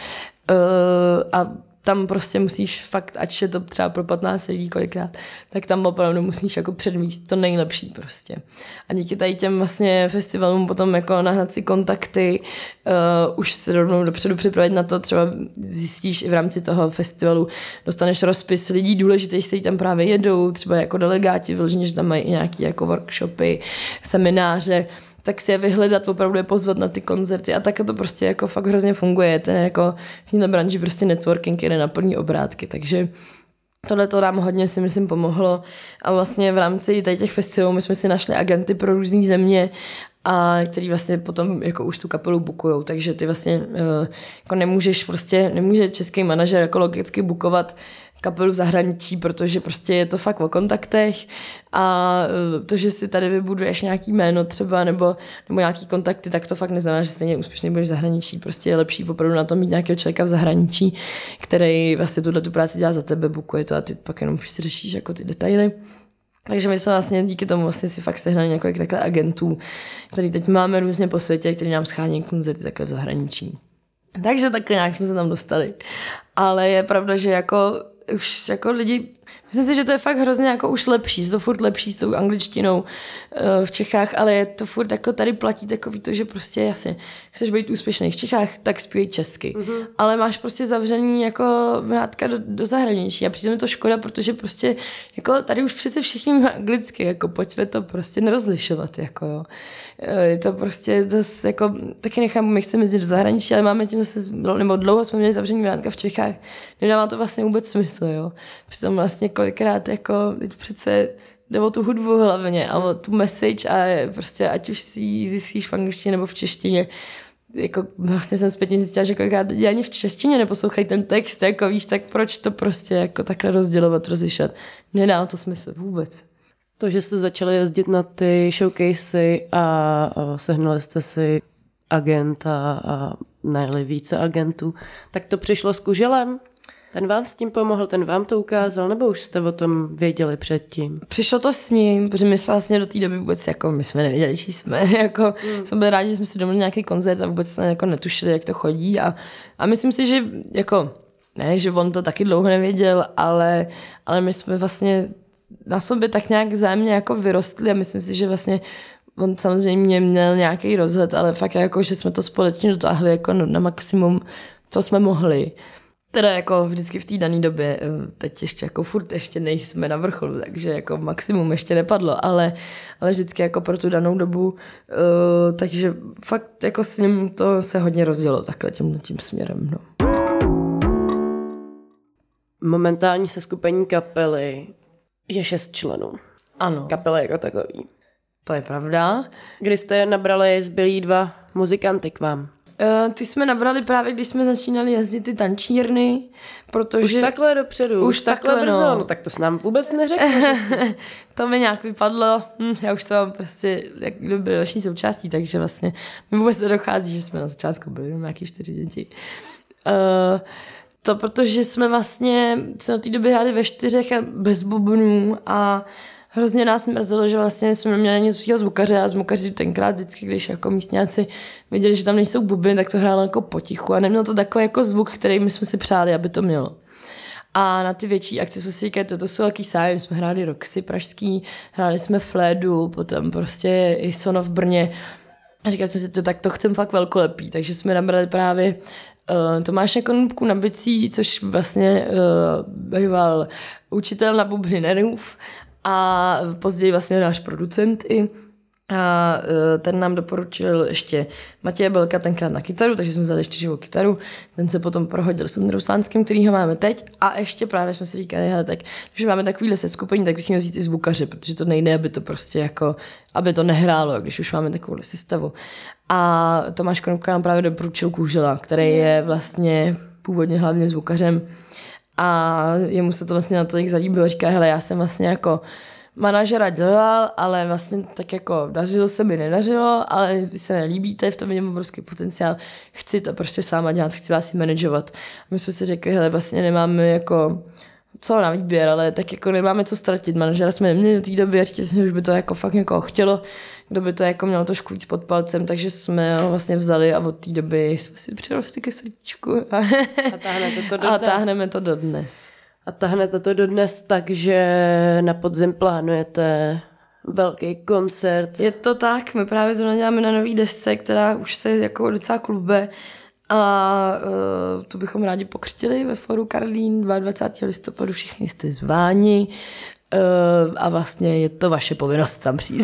A tam prostě musíš fakt, ať je to třeba pro 15 lidí kolikrát, tak tam opravdu musíš jako předvíst to nejlepší prostě. A díky tady těm vlastně festivalům potom jako nahnat si kontakty, už se rovnou dopředu připravit na to, třeba zjistíš i v rámci toho festivalu, dostaneš rozpis lidí důležitých, kteří tam právě jedou, třeba jako delegáti, vyloženě, že tam mají i nějaký jako workshopy, semináře, tak si je vyhledat, opravdu je pozvat na ty koncerty a tak to prostě jako fakt hrozně funguje. Ten jako v této branži prostě networking jde na plný obrátky, takže tohle to nám hodně si myslím pomohlo a vlastně v rámci tady těch festivalů my jsme si našli agenty pro různé země a který vlastně potom jako už tu kapelu bukujou, takže ty vlastně jako nemůže český manažer jako logicky bukovat kapelu v zahraničí, protože prostě je to fakt o kontaktech a to, že si tady vybuduješ nějaký jméno třeba nebo nějaký kontakty, tak to fakt neznamená, že stejně úspěšný budeš v zahraničí. Prostě je lepší opravdu na to mít nějakého člověka v zahraničí, který vlastně tu práci dělá za tebe, bukuje to a ty pak jenom už si řešíš jako ty detaily. Takže my jsme vlastně díky tomu vlastně si fakt sehnali několik takhle agentů, který teď máme různě po světě, který nám schání koncerty takhle v zahraničí. Takže takhle nějak jsme se tam dostali. Ale je pravda, že jako už jako lidi, myslím si, že to je fakt hrozně jako už lepší, to furt lepší s tou angličtinou v Čechách, ale je to furt jako tady platí takový to, že prostě jasně, chceš být úspěšný v Čechách, tak zpívej česky. Ale máš prostě zavřený jako vrátka do zahraničí a přijde mi to škoda, protože prostě jako tady už přece všichni mluví anglicky, jako pojďme to prostě nerozlišovat, jako jo. Je to prostě zase jako, taky nechám, my chceme jít do zahraničí, ale máme tím zase, nebo dlouho jsme měli zavřený vrátka v Čechách, nedává to vlastně vůbec smysl, jo. Přitom vlastně kolikrát jako, teď přece jde o tu hudbu hlavně a o tu message a prostě ať už si ji zjistíš v angličtině nebo v češtině, jako vlastně jsem zpětně zjistila, že kolikrát lidi ani v češtině neposlouchají ten text, jako víš, tak proč to prostě jako takhle rozdělovat, rozlišat. Nedá to smysl vůbec. To, že jste začali jezdit na ty showcasey a sehnali jste si agenta a najeli více agentů, tak to přišlo s Kuželem? Ten vám s tím pomohl, ten vám to ukázal, nebo už jste o tom věděli předtím? Přišlo to s ním, protože my vlastně do té doby vůbec, jako my jsme nevěděli, čí jsme, jako jsme byli rádi, že jsme si domluvili nějaký koncert a vůbec jsme jako netušili, jak to chodí a myslím si, že jako, ne, že on to taky dlouho nevěděl, ale my jsme vlastně na sobě tak nějak vzájemně jako vyrostli a myslím si, že vlastně on samozřejmě měl nějaký rozhled, ale fakt jako, že jsme to společně dotáhli jako na maximum, co jsme mohli. Teda jako vždycky v té dané době, teď ještě jako furt ještě nejsme na vrcholu, takže jako maximum ještě nepadlo, ale vždycky jako pro tu danou dobu, takže fakt jako s ním to se hodně rozdělo takhle tím směrem, no. Momentální seskupení kapely je 6 členů. Ano. Kapely jako takový. To je pravda. Kdy jste nabrali zbylí 2 muzikanty k vám? Ty jsme nabrali právě, když jsme začínali jezdit ty tančírny, protože... Už takhle dopředu, už takhle brzo, no tak to s nám vůbec neřekl. To mi nějak vypadlo, já už to mám prostě, jak kdyby další součástí, takže vlastně mi vůbec nedochází, že jsme na začátku byli jenom nějaký 4 děti. To protože jsme vlastně na té době hráli ve 4 a bez bubnů a hrozně nás mrzelo, že vlastně jsme měli něco svého zvukaře a zvukaři tenkrát vždycky, když jako místňáci viděli, že tam nejsou bubny, tak to hrálo jako potichu a nemělo to takový jako zvuk, který my jsme si přáli, aby to mělo. A na ty větší akce jsme si říkali, toto jsou jaký sájem, jsme hráli Roxy pražský, hráli jsme Flédu, potom prostě i Sono v Brně a říkali jsme si, tak to chcem fakt velkolepý, takže jsme nabrali právě Tomáše Konopku na bicí, což vlastně býval učitel na bubny Nerův a později vlastně náš producent i. A ten nám doporučil ještě Matěje Belka tenkrát na kytaru, takže jsme vzali ještě živou kytaru. Ten se potom prohodil s Ondrou Slánským, kterýho máme teď. A ještě právě jsme si říkali, hele, tak když máme takovýhle seskupení, tak bychom vzít i zvukaře, protože to nejde, aby to prostě jako, aby to nehrálo, když už máme takovouhle sestavu. A Tomáš Konopka nám právě doporučil Kůžela, který je vlastně původně hlavně zvukařem. A jemu se to vlastně natolik zalíbilo, říká, hele, já jsem vlastně jako manažera dělal, ale vlastně tak jako dařilo se mi, nedařilo, ale vy se nelíbíte, v tom vidím obrovský potenciál, chci to prostě s váma dělat, chci vás i manažovat. A my jsme si řekli, hele, vlastně nemáme jako co na výběr, ale tak jako nemáme co ztratit. Manažera jsme neměli do té doby a říkali jsme, že už by to jako fakt někoho chtělo, kdo by to jako měl trošku víc pod palcem, takže jsme ho vlastně vzali a od té doby jsme si přirostli ke srdíčku. A táhneme to dodnes. A táhnete to dodnes tak, že na podzim plánujete velký koncert. Je to tak, my právě zrovna děláme na nový desce, která už se jako docela klube a to bychom rádi pokřtili ve Foru Karlín 22. listopadu, všichni jste zváni a vlastně je to vaše povinnost tam přijít.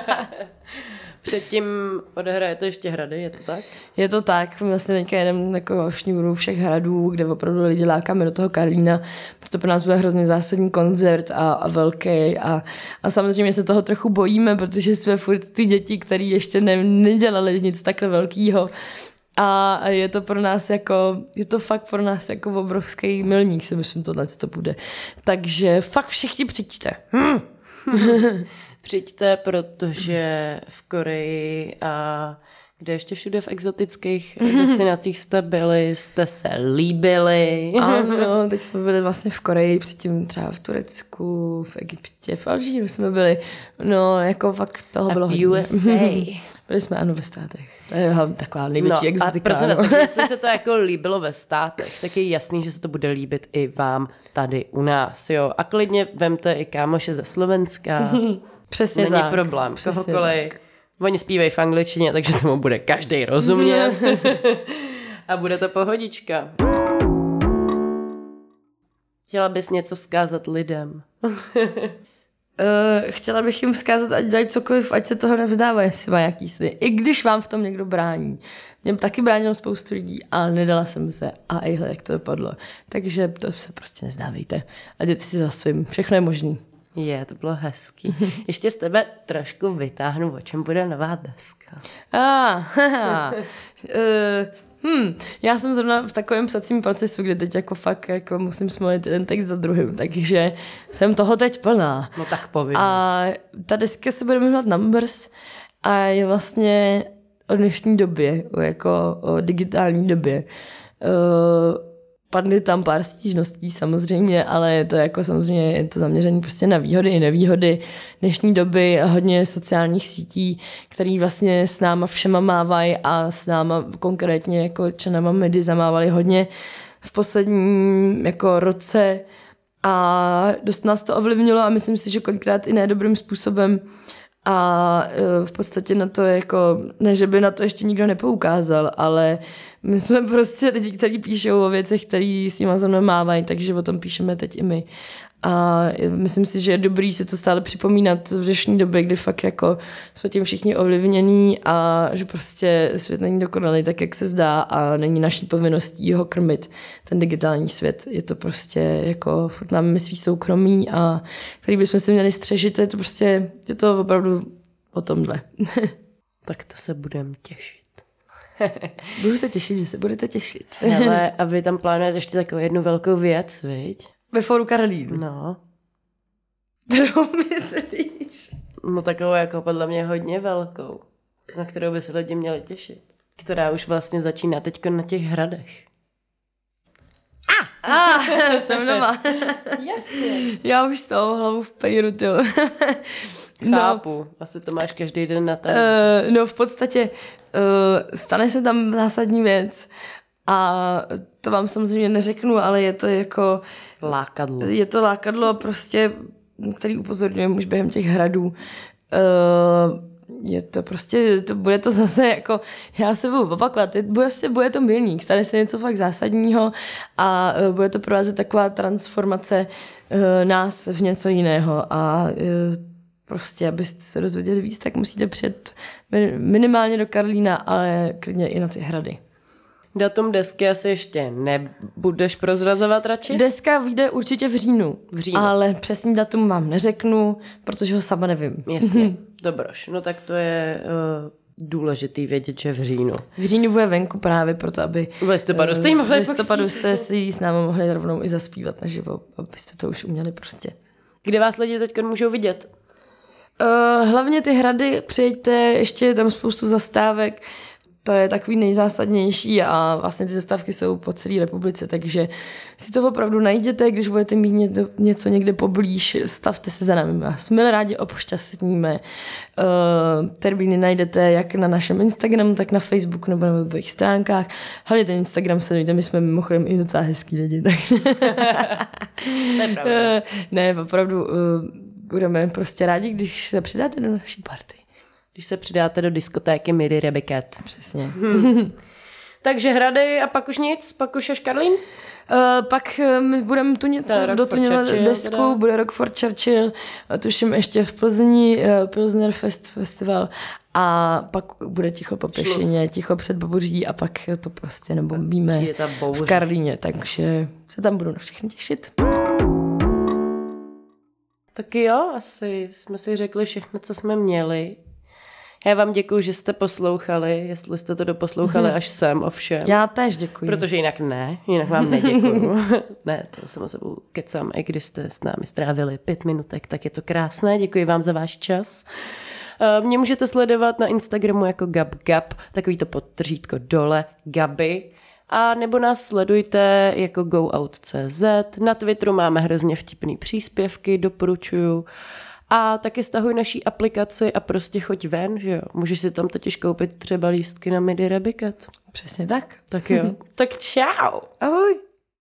Předtím odehrajete ještě hrady, je to tak? Je to tak, my vlastně teďka jedeme jako šňůru všech hradů, kde opravdu lidi lákáme do toho Karlína, protože pro nás bude hrozně zásadní koncert a velký a samozřejmě se toho trochu bojíme, protože jsme furt ty děti, které ještě nedělali nic takhle velkýho a je to pro nás jako, je to fakt pro nás jako obrovský milník, si myslím, tohle to bude. Takže fakt všichni přijďte. Přijďte, protože v Koreji a kde ještě všude v exotických destinacích jste byli, jste se líbili. Ano, teď jsme byli vlastně v Koreji, předtím třeba v Turecku, v Egyptě, v Alžíru jsme byli. No, jako fakt toho bylo hodně. USA. Byli jsme ano ve státech. To je taková největší exotika. A takže jestli se to jako líbilo ve státech, tak je jasný, že se to bude líbit i vám tady u nás. Jo? A klidně vemte i kámoše ze Slovenska. Přesně není tak. Problém. Kohokoliv. Oni zpívají v angličtině, takže tomu bude každý rozumět. A bude to pohodička. Chtěla bys něco vzkázat lidem? Chtěla bych jim vzkázat, ať dělají cokoliv, ať se toho nevzdávají, jestli má jaký sny. I když vám v tom někdo brání. Mě taky bránilo spoustu lidí, ale nedala jsem se. A ejhle, jak to dopadlo. Takže to se prostě nezdávejte. A jděte si za svým. Všechno je možný. To bylo hezký. Ještě z tebe trošku vytáhnu, o čem bude nová deska. Já jsem zrovna v takovém psacím procesu, kde teď jako fakt jako musím smolit jeden text za druhým, takže jsem toho teď plná. No tak povím. A ta deska se bude jmenovat Numbers a je vlastně o dnešní době, o digitální době. Padly tam pár stížností samozřejmě, ale je to jako samozřejmě je to zaměřené prostě na výhody i nevýhody dnešní doby a hodně sociálních sítí, který vlastně s náma všema mávají a s náma konkrétně jako členama Medy zamávali hodně v posledním jako roce a dost nás to ovlivnilo a myslím si, že kolikrát i nedobrým způsobem a v podstatě na to jako, ne, že by na to ještě nikdo nepoukázal, ale My jsme prostě lidi, kteří píšou o věcech, který s nimi za mnou mávají, takže o tom píšeme teď i my. A myslím si, že je dobrý si to stále připomínat v dnešní době, kdy fakt jako jsme tím všichni ovlivnění a že prostě svět není dokonalý tak, jak se zdá a není naší povinností ho krmit, ten digitální svět. Je to prostě jako furt máme svý soukromí a který bychom si měli střežit, je to opravdu o tomhle. Tak to se budeme těšit. Budu se těšit, že se budete těšit. Ale a vy tam plánujete ještě takovou jednu velkou věc, viď? Ve Fóru Karlín. No. Kterou myslíš? No takovou jako podle mě hodně velkou, na kterou by se lidi měli těšit. Která už vlastně začíná teďko na těch hradech. Jsem doma. Jasně. Já už s toho hlavu v pejru, tyjo. Chápu, asi to máš každý den na tom. No v podstatě stane se tam zásadní věc a to vám samozřejmě neřeknu, ale je to jako... Lákadlo. Je to lákadlo prostě, který upozorňujeme už během těch hradů. Je to prostě, bude to zase jako, já se budu opakovat, bude to milník, stane se něco fakt zásadního a bude to provázet taková transformace nás v něco jiného a prostě, abyste se dozvěděli víc, tak musíte přijet minimálně do Karlína, ale klidně i na ty hrady. Datum desky asi ještě nebudeš prozrazovat radši? Deska vyjde určitě v říjnu. Ale přesný datum vám neřeknu, protože ho sama nevím. Jasně, dobroš. No tak to je důležitý vědět, že v říjnu. V říjnu bude venku právě proto, aby... V listopadu jste jí mohli V listopadu jste si s námi mohli rovnou i zaspívat naživo, abyste to už uměli prostě. Kde vás lidi teď můžou vidět? Hlavně ty hrady, přijeďte, ještě je tam spoustu zastávek, to je takový nejzásadnější a vlastně ty zastávky jsou po celé republice, takže si to opravdu najděte, když budete mít něco někde poblíž, stavte se za námi, vás milé rádi obšťastníme. Termíny najdete jak na našem Instagramu, tak na Facebooku nebo na webových stránkách. Hlavně ten Instagram sledujte, my jsme mimochodem i docela hezký lidi. Tak... To je pravda. Ne, opravdu budeme prostě rádi, když se přidáte do naší party. Když se přidáte do diskotéky Midi Rebiket. Přesně. Takže hrady a pak už nic? Pak už až Karlín? Pak my budeme dotuňovat desku, teda. Bude Rock for Churchill, tuším ještě v Plzni, Pilsner Festival a pak bude ticho po Peštěně, ticho před bouří a pak to prostě nebombíme v Karlíně, takže se tam budu na všechny těšit. Taky jo, asi jsme si řekli všechno, co jsme měli. Já vám děkuju, že jste poslouchali, jestli jste to doposlouchali až sem, ovšem. Já též děkuji. Protože jinak vám neděkuju. Ne, to sama sebou kecám, i když jste s námi strávili 5 minutek, tak je to krásné, děkuji vám za váš čas. Mě můžete sledovat na Instagramu jako GabGab, takový to podtržítko dole, Gaby. A nebo nás sledujte jako goout.cz, na Twitteru máme hrozně vtipný příspěvky, doporučuju. A taky stahuj naší aplikaci a prostě choď ven, že jo. Můžeš si tam totiž koupit třeba lístky na Midi Rebiket. Přesně tak. Tak jo. Tak čau. Ahoj.